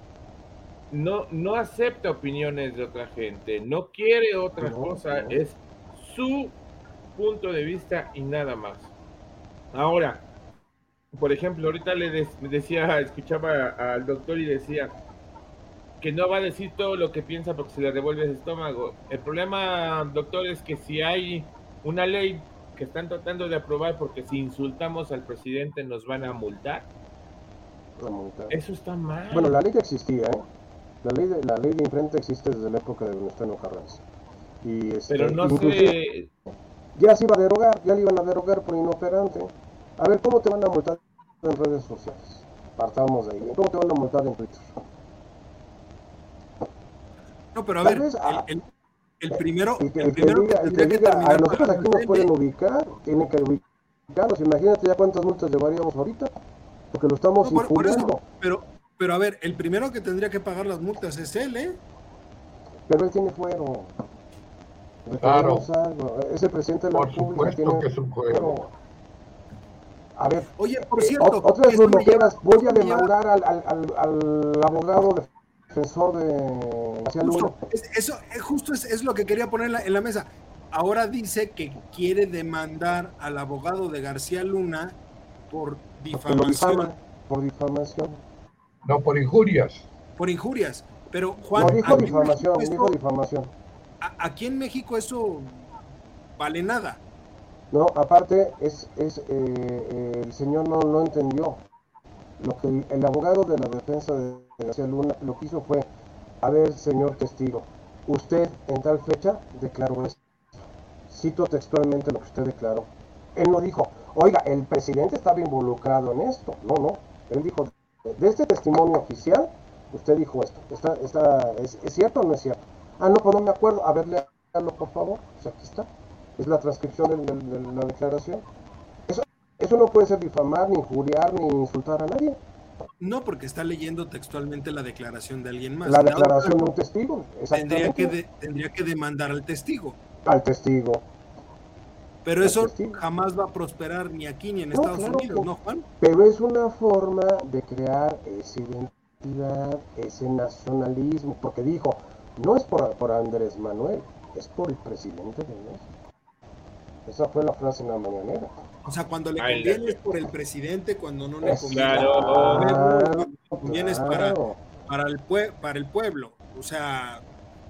No acepta opiniones de otra gente, no quiere otra cosa, es su punto de vista y nada más. Ahora, por ejemplo, ahorita escuchaba al doctor y decía que no va a decir todo lo que piensa porque se le revuelve el estómago. El problema, doctor, es que si hay una ley que están tratando de aprobar porque si insultamos al presidente nos van a multar. Eso está mal. Bueno, la ley ya existía, ¿eh? La ley de imprenta existe desde la época de Venustiano Carranza. Pero no sé... Ya se iba a derogar, ya le iban a derogar por inoperante. A ver, ¿cómo te van a multar en redes sociales? Partamos de ahí. ¿Cómo te van a multar en Twitter? No, pero a ver, el primero que diga, a nosotros aquí nos pueden ubicar, tienen que ubicarnos. Imagínate ya cuántas multas llevaríamos ahorita, porque lo estamos injuriando. Pero a ver, el primero que tendría que pagar las multas es él, ¿eh? Pero él tiene fuero. Claro. Es el presidente de la República. Tiene que es un fuero. A ver, oye, por cierto, otras bloqueras, voy a demandar al abogado defensor de García Luna. Justo es lo que quería poner en la mesa. Ahora dice que quiere demandar al abogado de García Luna por difamación. Por difamación. No, por injurias. Por injurias. Pero Juan, no, dijo difamación. Aquí en México eso vale nada. No, aparte el señor no entendió. Lo que el abogado de la defensa de García Luna lo que hizo fue, a ver, señor testigo, usted en tal fecha declaró esto. Cito textualmente lo que usted declaró. Él no dijo, oiga, el presidente estaba involucrado en esto. No. Él dijo, de este testimonio oficial, usted dijo esto. ¿Es cierto o no es cierto? No, pues no me acuerdo. A ver, léalo, por favor. O sea, aquí está. Es la transcripción de la declaración. Eso no puede ser difamar, ni injuriar, ni insultar a nadie. No, porque está leyendo textualmente la declaración de alguien más. La declaración de un testigo. Tendría que demandar al testigo. Al testigo. Pero eso jamás va a prosperar ni aquí ni en Estados Unidos, ¿no, Juan? Pero es una forma de crear esa identidad, ese nacionalismo, porque dijo, no es por Andrés Manuel, es por el presidente de México. Esa fue la frase en la mañanera. O sea, cuando le conviene es por el presidente, cuando no le conviene, claro. Conviene es para el pueblo. O sea,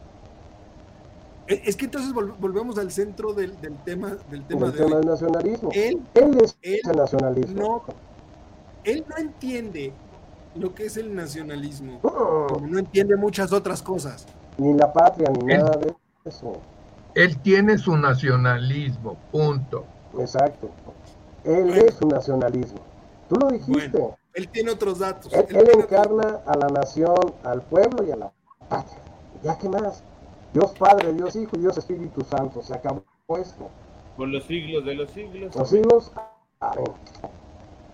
es que entonces volvemos al centro del tema del nacionalismo. Él es el nacionalismo. Él no entiende lo que es el nacionalismo, como no entiende muchas otras cosas. Ni la patria, ni nada de eso. Él tiene su nacionalismo, punto. Exacto. Él es su nacionalismo. Tú lo dijiste. Bueno, él tiene otros datos. Él encarna a la nación, al pueblo y a la patria. ¿Ya qué más? Dios Padre, Dios Hijo y Dios Espíritu Santo. Se acabó esto. Por los siglos de los siglos. Los siglos. Amén.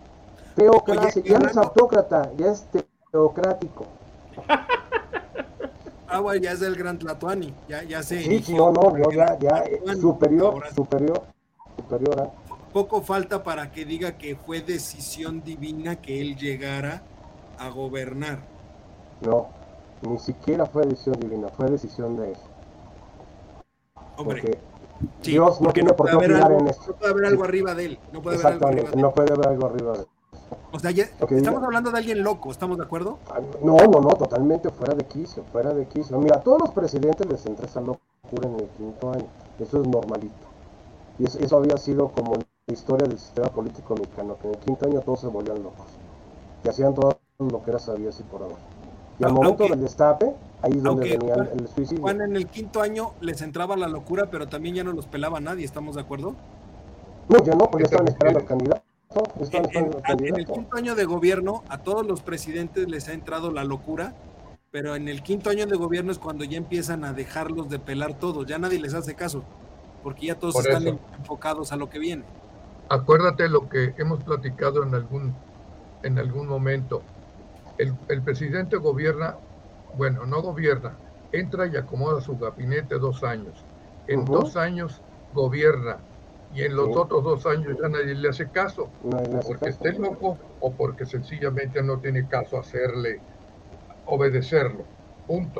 Teocracia. Ya no es autócrata, ya es teocrático. Bueno, ya es el Gran Tlatoani, ya se Sí, erigió no, como el ya, Gran Tlatoani. Ahora, superior. poco falta para que diga que fue decisión divina que él llegara a gobernar. No, ni siquiera fue decisión divina, fue decisión de él. Hombre, Porque sí, Dios no porque tiene por qué opinar en esto. no puede haber algo arriba de él. No puede haber algo Exactamente, arriba de él. no puede haber algo arriba de él. O sea, ya, Lo que estamos diga- hablando de alguien loco, ¿estamos de acuerdo? No, totalmente fuera de quicio. Mira, a todos los presidentes les entra esa locura en el quinto año. Eso es normalito. Y eso había sido como la historia del sistema político mexicano, que en el quinto año todos se volvían locos. Y hacían todo lo que era sabido y por ahora. Y al momento del destape, ahí es donde venía el suicidio. Juan, en el quinto año les entraba la locura, pero también ya no los pelaba nadie, ¿estamos de acuerdo? No, ya no, pues ya estaban esperando al candidato. En el quinto año de gobierno, a todos los presidentes les ha entrado la locura, pero en el quinto año de gobierno es cuando ya empiezan a dejarlos de pelar todos, ya nadie les hace caso, porque ya todos están enfocados a lo que viene. Acuérdate lo que hemos platicado en algún momento. El presidente gobierna, bueno, no gobierna, entra y acomoda su gabinete 2 años. En 2 años gobierna. Y en los otros 2 años ya nadie le hace caso, porque esté loco o porque sencillamente no tiene caso obedecerlo. Punto.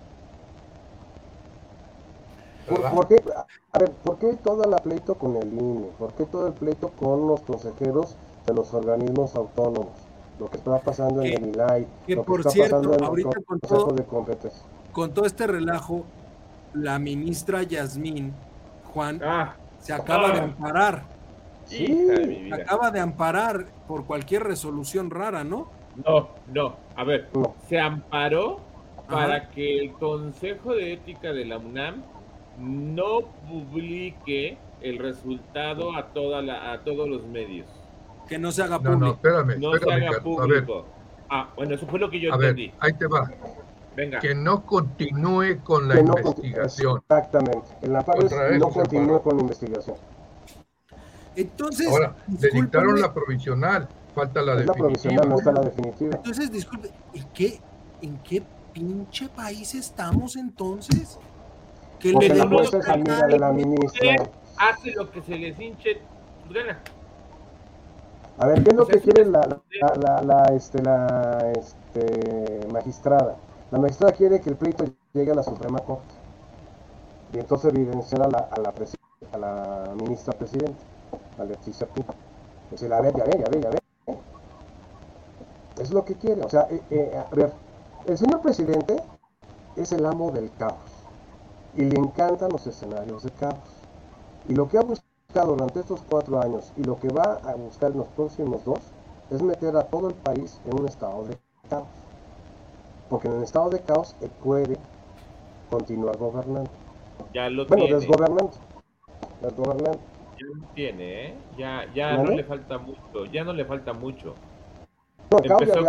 ¿Por qué toda la pleito con el INE? ¿Por qué todo el pleito con los consejeros de los organismos autónomos? Lo que está pasando en el INAI, lo que está pasando en el Consejo de Competencia. Con todo este relajo, la ministra Yasmín, Juan, se acaba de amparar. Sí, se acaba de amparar por cualquier resolución rara, ¿no? No. A ver, se amparó para que el Consejo de Ética de la UNAM no publique el resultado a todos los medios. Que no se haga público. No, espérame, se haga público. Bueno, eso fue lo que yo entendí. Ahí te va. Venga. Que no continúe con la investigación. Exactamente. En la parte no continúe con la investigación. Entonces, ahora, le dictaron la provisional, falta la definitiva. La provisional, no está la definitiva. Entonces, disculpe, ¿en qué pinche país estamos entonces? Que le den esa amiga de la ministra. Hace lo que se les hinche gana. A ver, ¿qué es lo que quiere la magistrada? La magistrada quiere que el pleito llegue a la Suprema Corte y entonces evidenciar a la ministra presidenta, a Leticia Pino. Decir, a ver. Es lo que quiere. O sea, a ver, el señor presidente es el amo del caos y le encantan los escenarios de caos. Y lo que ha buscado durante estos 4 años y lo que va a buscar en los próximos 2 es meter a todo el país en un estado de caos. Porque en el estado de caos él puede continuar gobernando. Ya lo tiene. Desgobernando. Ya lo tiene, ¿eh? Ya no le falta mucho. No,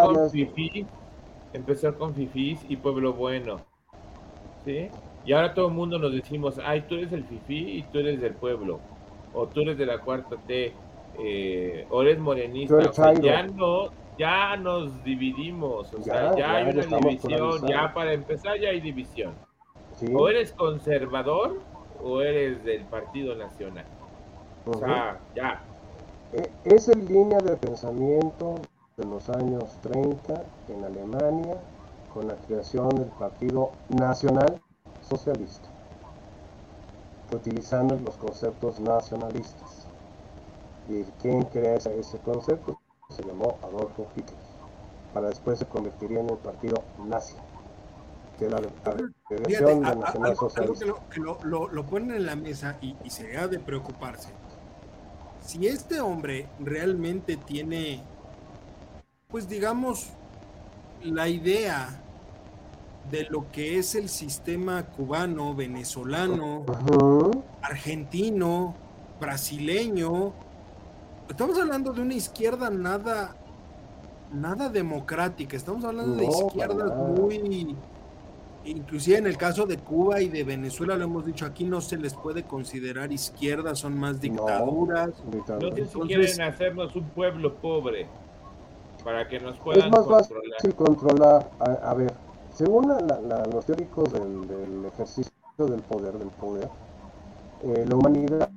empezó con fifís y pueblo bueno. ¿Sí? Y ahora todo el mundo nos decimos, tú eres el fifí y tú eres del pueblo. O tú eres de la 4T. O eres morenista. O sea, ya nos dividimos. O sea, ya hay una división. Ya para empezar ya hay división. ¿Sí? O eres conservador o eres del Partido Nacional. O sea, ya. Es en línea de pensamiento de los años 30 en Alemania con la creación del Partido Nacional Socialista, utilizando los conceptos nacionalistas. ¿Y quién crea ese concepto? Se llamó Adolfo Hitler, para después se convertiría en el partido nazi, que era la creación del Nacional Socialista. Algo que lo ponen en la mesa y se ha de preocuparse. Si este hombre realmente tiene, pues digamos, la idea de lo que es el sistema cubano, venezolano, argentino, brasileño, estamos hablando de una izquierda nada democrática, estamos hablando de izquierdas muy, inclusive en el caso de Cuba y de Venezuela, lo hemos dicho aquí, no se les puede considerar izquierdas, son más dictaduras. No sé si quieren hacernos un pueblo pobre para que nos puedan controlar. Es más fácil controlar, a ver, según los teóricos del ejercicio del poder, la humanidad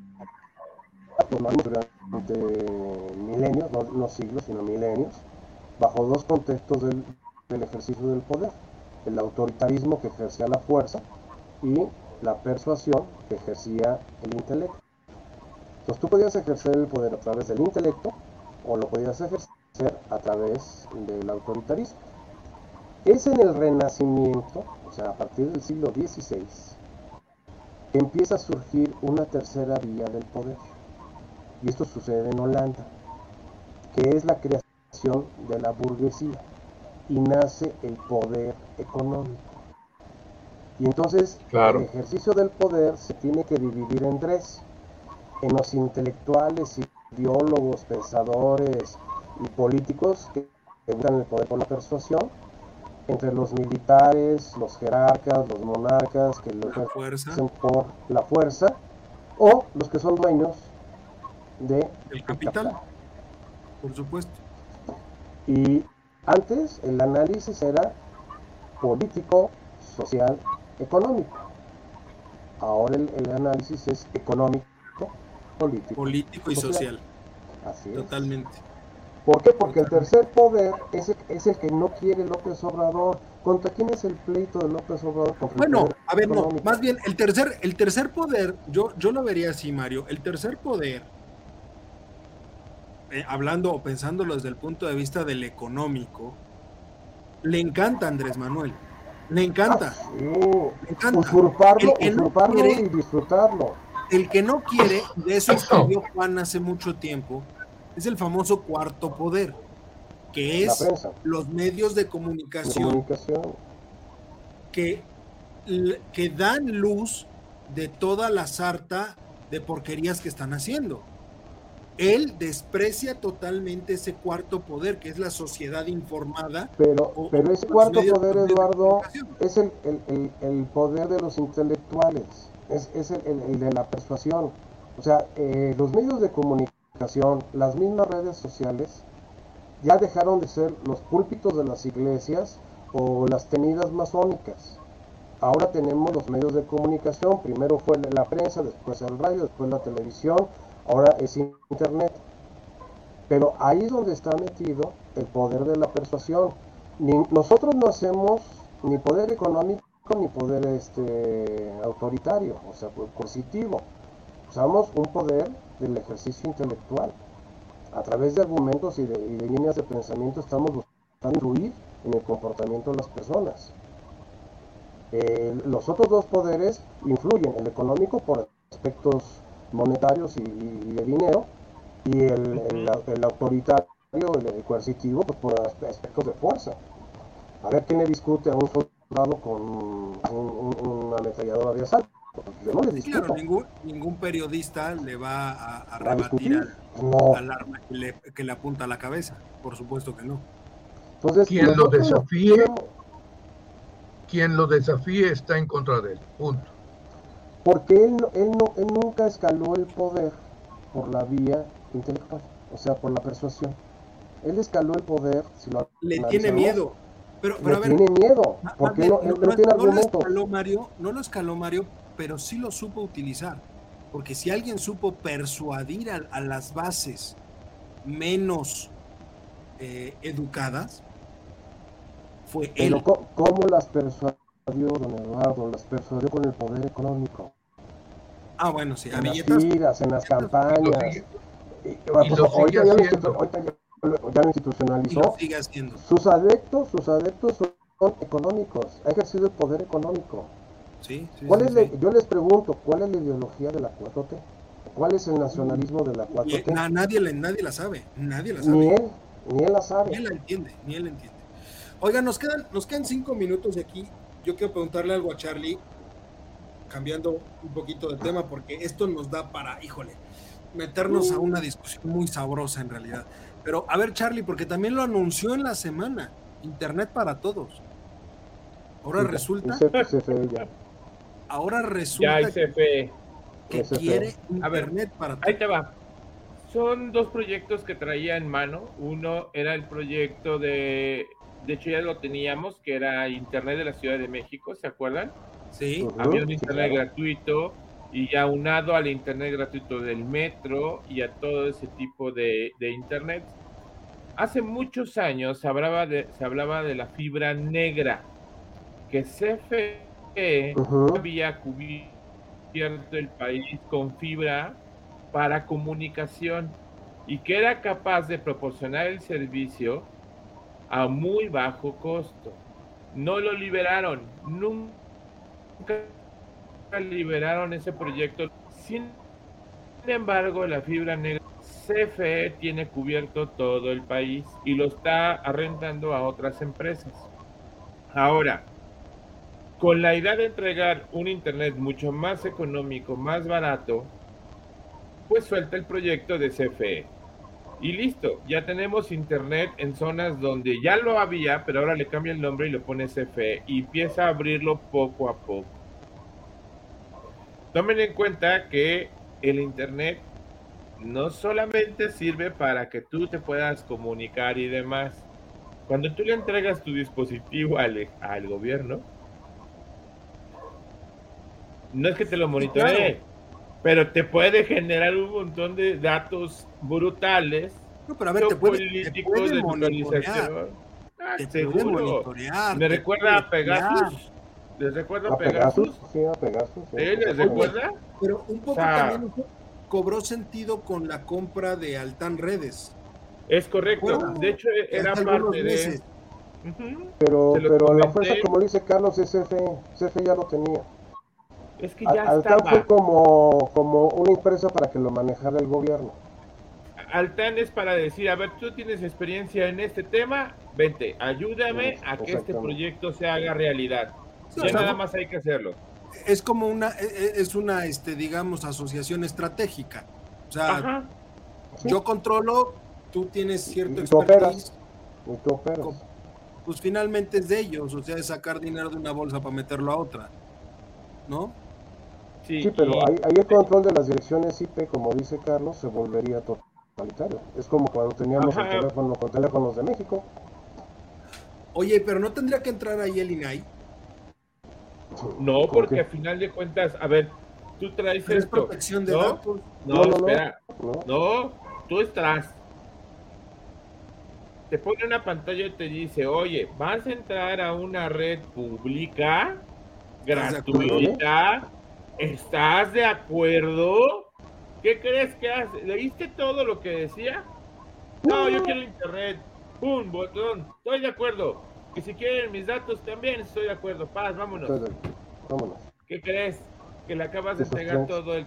durante milenios, no siglos, sino milenios, bajo dos contextos del ejercicio del poder: el autoritarismo, que ejercía la fuerza, y la persuasión, que ejercía el intelecto. Entonces tú podías ejercer el poder a través del intelecto o lo podías ejercer a través del autoritarismo. Es en el Renacimiento, o sea, a partir del siglo XVI, que empieza a surgir una tercera vía del poder. Y esto sucede en Holanda, que es la creación de la burguesía, y nace el poder económico. Y entonces el ejercicio del poder se tiene que dividir en tres: en los intelectuales, ideólogos, pensadores y políticos que buscan el poder por la persuasión; entre los militares, los jerarcas, los monarcas, que lo ejercen por la fuerza; o los que son dueños del capital, por supuesto. Y antes el análisis era político, social, económico. Ahora el análisis es económico, político y social. Así totalmente. Es. ¿Por qué? Porque el tercer poder es el que no quiere López Obrador. ¿Contra quién es el pleito de López Obrador? Bueno, a ver, no, más bien el tercer poder, yo lo vería así, Mario. El tercer poder, hablando o pensándolo desde el punto de vista del económico, le encanta a Andrés Manuel. Le encanta. Sí. Le encanta. Usurparlo y disfrutarlo. El que no quiere, de eso escribió Juan hace mucho tiempo, es el famoso cuarto poder, que es los medios de comunicación. Que dan luz de toda la sarta de porquerías que están haciendo. Él desprecia totalmente ese cuarto poder, que es la sociedad informada. Pero ese cuarto poder, Eduardo, es el poder de los intelectuales, es el de la persuasión. O sea, los medios de comunicación, las mismas redes sociales, ya dejaron de ser los púlpitos de las iglesias o las tenidas masónicas. Ahora tenemos los medios de comunicación: primero fue la prensa, después el radio, después la televisión, ahora es internet. Pero ahí es donde está metido el poder de la persuasión. Nosotros no hacemos ni poder económico ni poder autoritario, o sea, coercitivo. Usamos un poder del ejercicio intelectual. A través de argumentos y de líneas de pensamiento estamos buscando influir en el comportamiento de las personas. Los otros dos poderes influyen: el económico por aspectos monetarios y de dinero, y el autoritario, el coercitivo, pues por aspectos de fuerza. A ver, ¿quién le discute a un soldado con una ametralladora de asalto? Yo no les discuto. Claro, ningún periodista le va a rebatir al arma que le apunta a la cabeza. Por supuesto que no. Entonces, quien lo desafíe está en contra de él. Punto. Porque él nunca escaló el poder por la vía intelectual, o sea, por la persuasión. Él escaló el poder, si lo le tiene miedo. Pero a ver, tiene miedo, porque él no tiene argumentos. No lo escaló Mario, pero sí lo supo utilizar. Porque si alguien supo persuadir a las bases menos educadas, fue él. Pero ¿cómo las persuadió, don Eduardo? Las persuadió con el poder económico. Ah, bueno, sí. En las giras, en las campañas. Ahorita ya lo institucionalizó. Lo sigue haciendo. Sus adeptos son económicos. Ha ejercido el poder económico. Sí. Yo les pregunto, ¿cuál es la ideología de la 4T? ¿Cuál es el nacionalismo de la 4T? Nadie la sabe. Ni él la sabe. Ni él la entiende. Oiga, nos quedan 5 minutos de aquí. Yo quiero preguntarle algo a Charlie, cambiando un poquito de tema, porque esto nos da para, meternos a una discusión muy sabrosa en realidad. Pero, a ver, Charlie, porque también lo anunció en la semana, Internet para todos. Ahora resulta que quiere Internet para todos. Ahí te va. Son dos proyectos que traía en mano. Uno era el proyecto de de hecho ya lo teníamos, que era Internet de la Ciudad de México, ¿se acuerdan? Sí. Había un Sí, Internet claro. gratuito y ya unado al Internet gratuito del metro y a todo ese tipo de Internet. Hace muchos años se hablaba de la fibra negra, que CFE había cubierto el país con fibra para comunicación y que era capaz de proporcionar el servicio a muy bajo costo. No lo liberaron, nunca liberaron ese proyecto. Sin embargo, la fibra negra, CFE tiene cubierto todo el país y lo está arrendando a otras empresas. Ahora, con la idea de entregar un internet mucho más económico, más barato, pues suelta el proyecto de CFE. Y listo, ya tenemos internet en zonas donde ya lo había, pero ahora le cambia el nombre y le pone CFE y empieza a abrirlo poco a poco. Tomen en cuenta que el internet no solamente sirve para que tú te puedas comunicar y demás. Cuando tú le entregas tu dispositivo al gobierno, no es que te lo monitoree, claro, pero te puede generar un montón de datos brutales. No, pero a ver, te puede monitorear. Seguro. ¿Me recuerda a Pegasus? ¿Les recuerda a Pegasus? Sí, a Pegasus. ¿Sí? ¿Les recuerda? Pero un poco también cobró sentido con la compra de Altán Redes. Es correcto. De hecho, era parte de... Pero la fuerza, como dice Carlos, es CFE ya lo tenía. Es que ya Altán estaba. fue como una empresa para que lo manejara el gobierno. Altán es para decir, a ver, tú tienes experiencia en este tema, vente, ayúdame a que este proyecto se haga realidad. Sí, ya nada más hay que hacerlo. Es como una digamos, asociación estratégica. O sea, yo controlo, tú tienes cierto expertise. Y tú operas. Pues finalmente es de ellos, o sea, es sacar dinero de una bolsa para meterlo a otra, ¿no? Sí, pero ahí el control de las direcciones IP, como dice Carlos, se volvería totalitario. Es como cuando teníamos el teléfono con teléfonos de México. Oye, pero ¿no tendría que entrar ahí el INAI? No, porque al final de cuentas, a ver, tú traes esto. ¿Es protección de datos? No, espera. No, tú estás. Te pone una pantalla y te dice, oye, vas a entrar a una red pública, gratuita, ¿estás de acuerdo? ¿Qué crees que hace? ¿Leíste todo lo que decía? No, yo quiero internet. ¡Pum! Botón. Estoy de acuerdo. Y si quieren mis datos también estoy de acuerdo. Paz, vámonos. Vámonos. ¿Qué crees? Que le acabas de entregar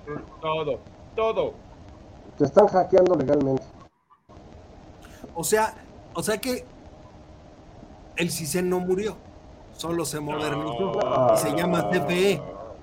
todo. Te están hackeando legalmente. O sea que el CISEN no murió, solo se modernizó y se llama CFE.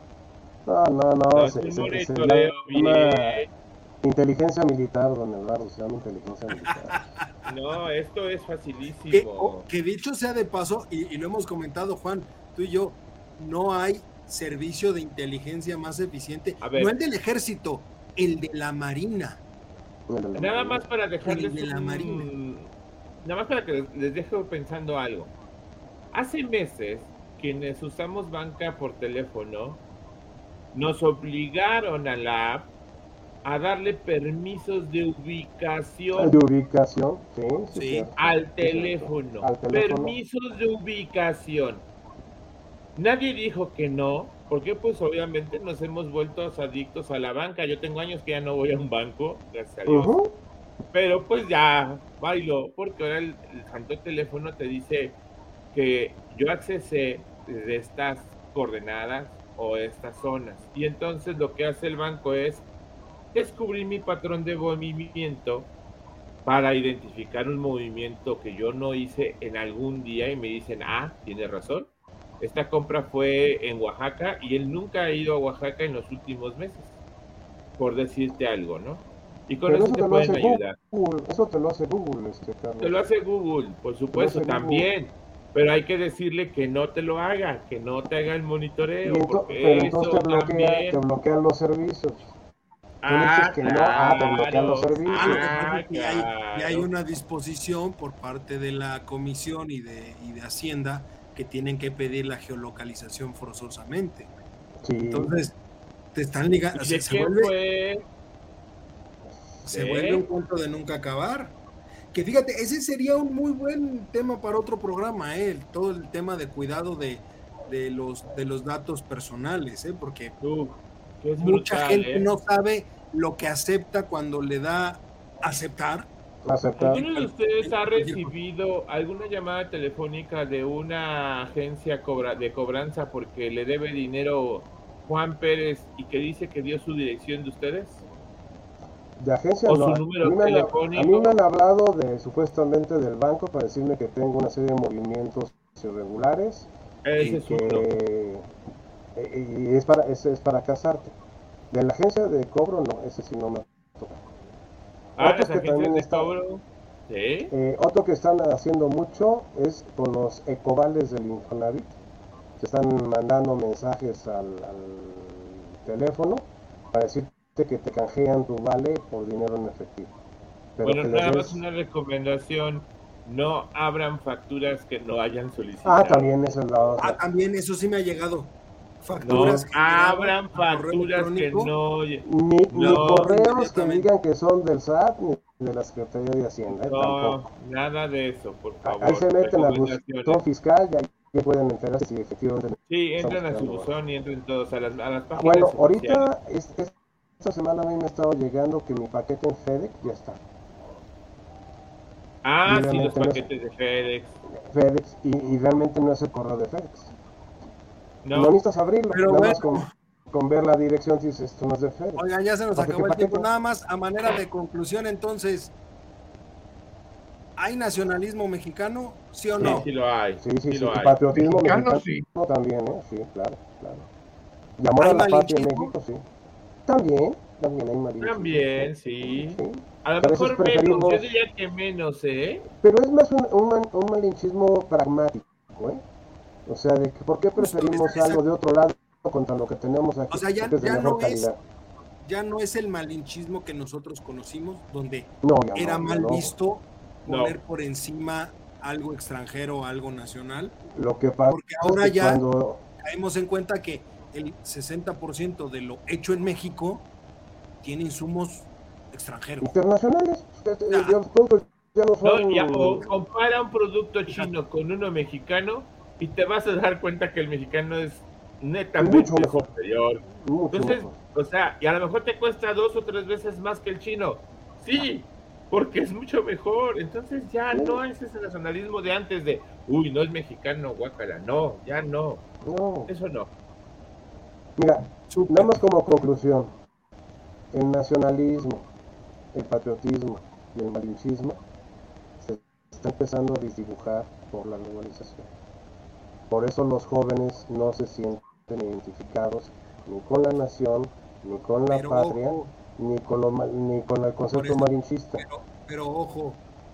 No, se llama inteligencia militar, don Eduardo, se llama inteligencia militar. No, esto es facilísimo. Que dicho sea de paso, y lo hemos comentado, Juan, tú y yo, no hay servicio de inteligencia más eficiente, no el del ejército, el de la marina. Nada más para dejarles nada más para que les deje pensando algo. Hace meses, quienes usamos banca por teléfono, nos obligaron a la app a darle permisos de ubicación. ¿De ubicación? Sí. Al teléfono. Permisos de ubicación. Nadie dijo que no, porque pues obviamente nos hemos vuelto adictos a la banca. Yo tengo años que ya no voy a un banco, gracias a Dios. Pero pues ya bailo, porque ahora el santo teléfono te dice que yo accesé desde estas coordenadas o estas zonas. Y entonces lo que hace el banco es descubrir mi patrón de movimiento para identificar un movimiento que yo no hice en algún día y me dicen, tiene razón, esta compra fue en Oaxaca y él nunca ha ido a Oaxaca en los últimos meses, por decirte algo, ¿no? Y con eso te pueden ayudar. Eso te lo hace Google, Carlos. Te lo hace Google, por supuesto, también. Pero hay que decirle que no te lo haga, que no te haga el monitoreo. Pero entonces te bloquean los servicios. Tú dices que no, te bloquean los servicios. Lo que pasa es que claro. ya hay una disposición por parte de la comisión y de Hacienda que tienen que pedir la geolocalización forzosamente. Sí. Entonces, te están ligando. ¿Y de qué fue? Se vuelve un cuento de nunca acabar. Que fíjate, ese sería un muy buen tema para otro programa, todo el tema de cuidado de los datos personales, porque que es mucha brutal, gente no sabe lo que acepta cuando le da aceptar. ¿Alguno de ustedes ha recibido alguna llamada telefónica de una agencia de cobranza porque le debe dinero Juan Pérez y que dice que dio su dirección de ustedes? De agencia o no. Su número telefónico. A mí me han hablado supuestamente del banco para decirme que tengo una serie de movimientos irregulares. Ese es uno. Y es para casarte. De la agencia de cobro no, ese sí no me toca. Las agencias de cobro. ¿Sí? Otro que están haciendo mucho es con los ecovales del Infonavit. Te están mandando mensajes al teléfono para decirte que te canjean tu vale por dinero en efectivo. Pero bueno, nada más una recomendación: no abran facturas que no hayan solicitado. También eso es la otra. También eso sí me ha llegado. Facturas no abran facturas que no... Ni correos que digan que son del SAT ni de la Secretaría de Hacienda. Tampoco. Nada de eso, por favor. Ahí se meten a buzón fiscal y ahí pueden enterarse si efectivamente... Sí, entran a su buzón y entran todos a las páginas. Bueno, ahorita, esta semana a mí me ha estado llegando que mi paquete en FedEx ya está. Sí, los paquetes de FedEx, y realmente no es el correo de FedEx. No necesitas abrirlo, pero nada más con ver la dirección dices, esto no es de FedEx. Oigan, ya se nos acabó el tiempo. Nada más, a manera de conclusión, entonces, ¿hay nacionalismo mexicano? ¿Sí o no? Sí lo hay. Sí. Patriotismo mexicano sí. También, sí, claro. Y amor a la patria en México, sí. También hay marinos. También, sí. A lo mejor menos, yo diría que menos, Pero es más un malinchismo pragmático, O sea, de que ¿por qué preferimos algo de otro lado contra lo que tenemos aquí? O sea, ya no es el malinchismo que nosotros conocimos, donde era mal visto poner por encima algo extranjero o algo nacional. Lo que pasa porque ahora ya caemos en cuenta que el 60% de lo hecho en México tiene insumos extranjeros. Internacionales. O compara un producto chino con uno mexicano y te vas a dar cuenta que el mexicano es netamente superior. Entonces, o sea, y a lo mejor te cuesta 2 o 3 veces más que el chino. Sí, porque es mucho mejor. Entonces ya no es ese nacionalismo de antes de, no es mexicano, guácala. No, ya no. Eso no. Mira, nada más como conclusión, el nacionalismo, el patriotismo y el malinchismo se está empezando a desdibujar por la globalización. Por eso los jóvenes no se sienten identificados ni con la nación, ni con la patria, ni con el concepto malinchista. Pero ojo,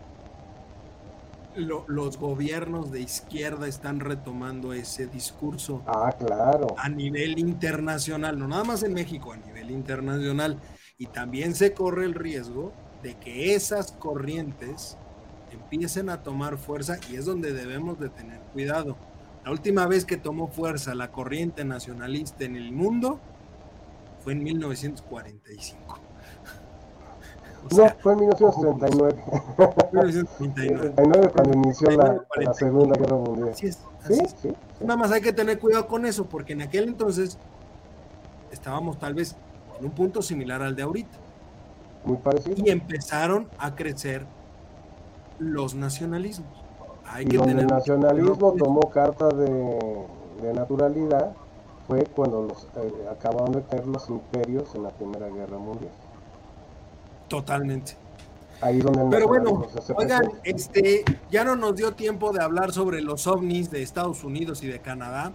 los gobiernos de izquierda están retomando ese discurso. Claro. A nivel internacional, no nada más en México, a nivel internacional. Y también se corre el riesgo de que esas corrientes empiecen a tomar fuerza, y es donde debemos de tener cuidado. La última vez que tomó fuerza la corriente nacionalista en el mundo fue en 1945. Fue en 1939. 1939 cuando inició la Segunda Guerra Mundial. Así es. Nada más hay que tener cuidado con eso, porque en aquel entonces estábamos tal vez en un punto similar al de ahorita. Muy parecido. Y empezaron a crecer los nacionalismos. El nacionalismo tomó carta de naturalidad fue cuando acabaron de caer los imperios en la Primera Guerra Mundial. Totalmente. Ahí donde pero bueno, oigan, ya no nos dio tiempo de hablar sobre los ovnis de Estados Unidos y de Canadá.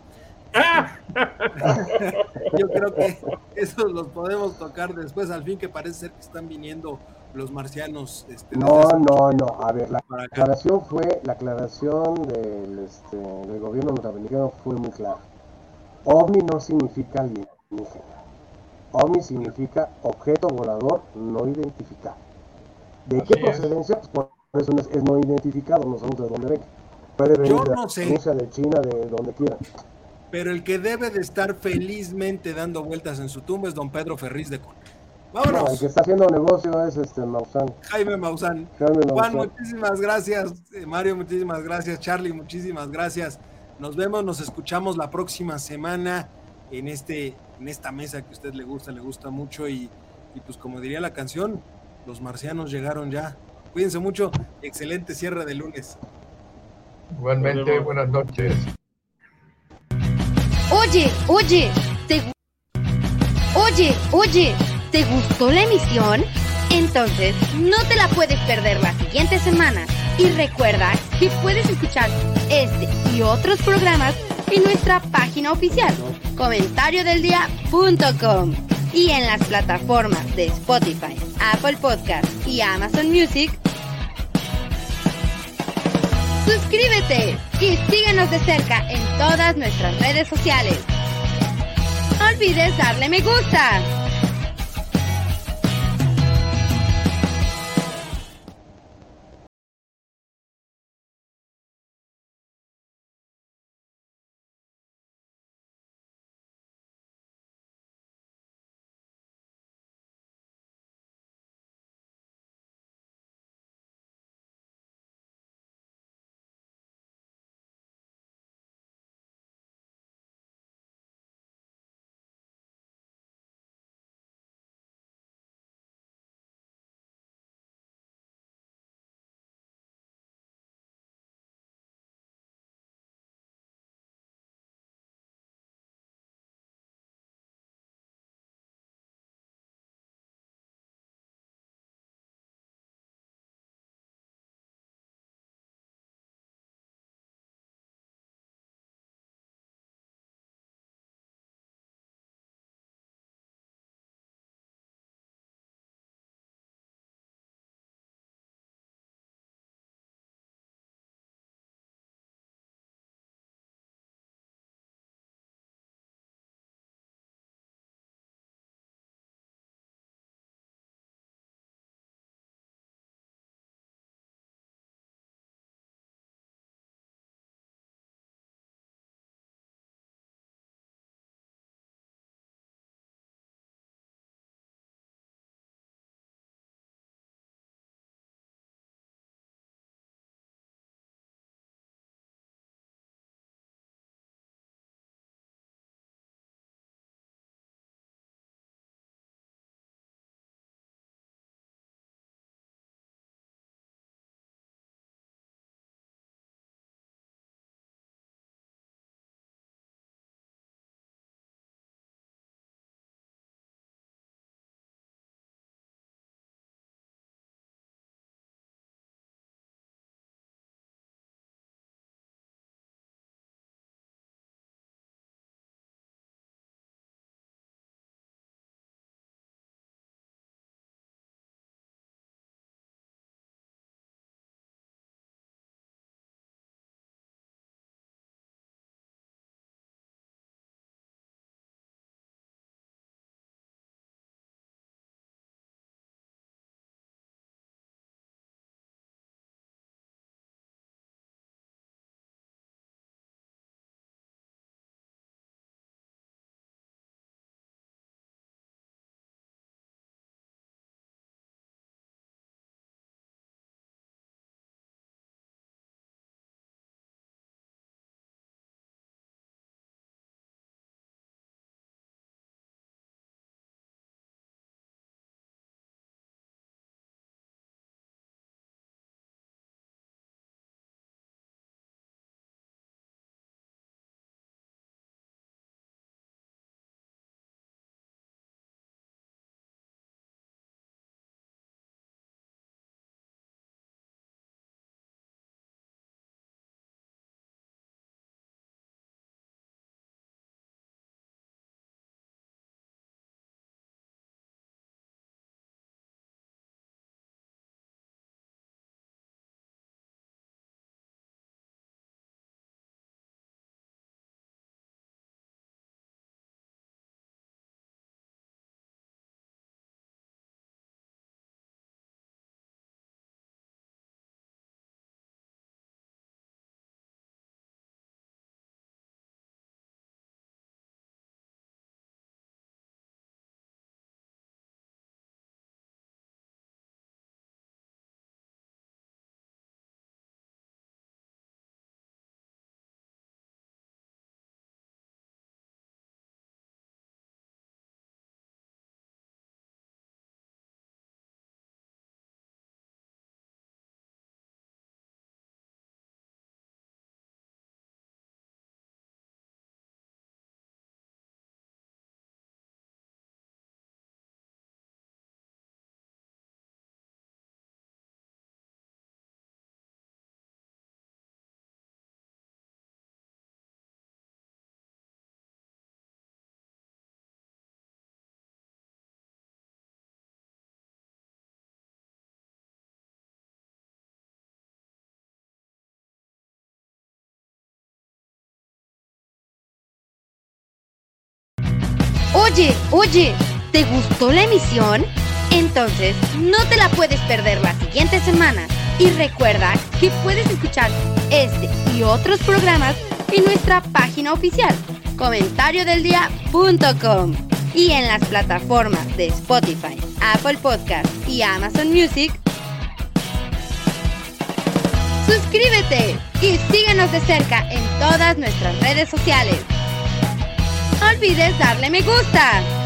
Yo creo que esos los podemos tocar después, al fin, que parece ser que están viniendo los marcianos. No, a ver, la aclaración del gobierno norteamericano fue muy clara. OVNI no significa alienígena. OVNI significa objeto volador no identificado. ¿De Así qué procedencia? Pues por eso es no identificado, no sabemos de dónde venga. Puede venir Yo de no sé, Rusia, de China, de donde quiera. pero el que debe de estar felizmente dando vueltas en su tumba es don Pedro Ferriz de Con. No, el que Vámonos, está haciendo negocio es Maussan. Jaime Maussan. Jaime Juan, Maussan. muchísimas gracias. Mario, muchísimas gracias. Charlie, muchísimas gracias. Nos vemos, nos escuchamos la próxima semana en esta mesa que a usted le gusta mucho y pues como diría la canción, los marcianos llegaron ya. Cuídense mucho, excelente cierre de lunes. Igualmente, buenas noches. Oye, oye, ¿te gustó la emisión? Entonces, no te la puedes perder la siguiente semana. Y recuerda que puedes escuchar este y otros programas en nuestra página oficial, comentariodeldia.com, y en las plataformas de Spotify, Apple Podcast y Amazon Music. Suscríbete y síguenos de cerca en todas nuestras redes sociales. No olvides darle me gusta. Oye, ¿te gustó la emisión? Entonces no te la puedes perder la siguiente semana. Y recuerda que puedes escuchar este y otros programas en nuestra página oficial, comentariodeldia.com, y en las plataformas de Spotify, Apple Podcasts y Amazon Music. Suscríbete y síguenos de cerca en todas nuestras redes sociales. No olvides darle me gusta.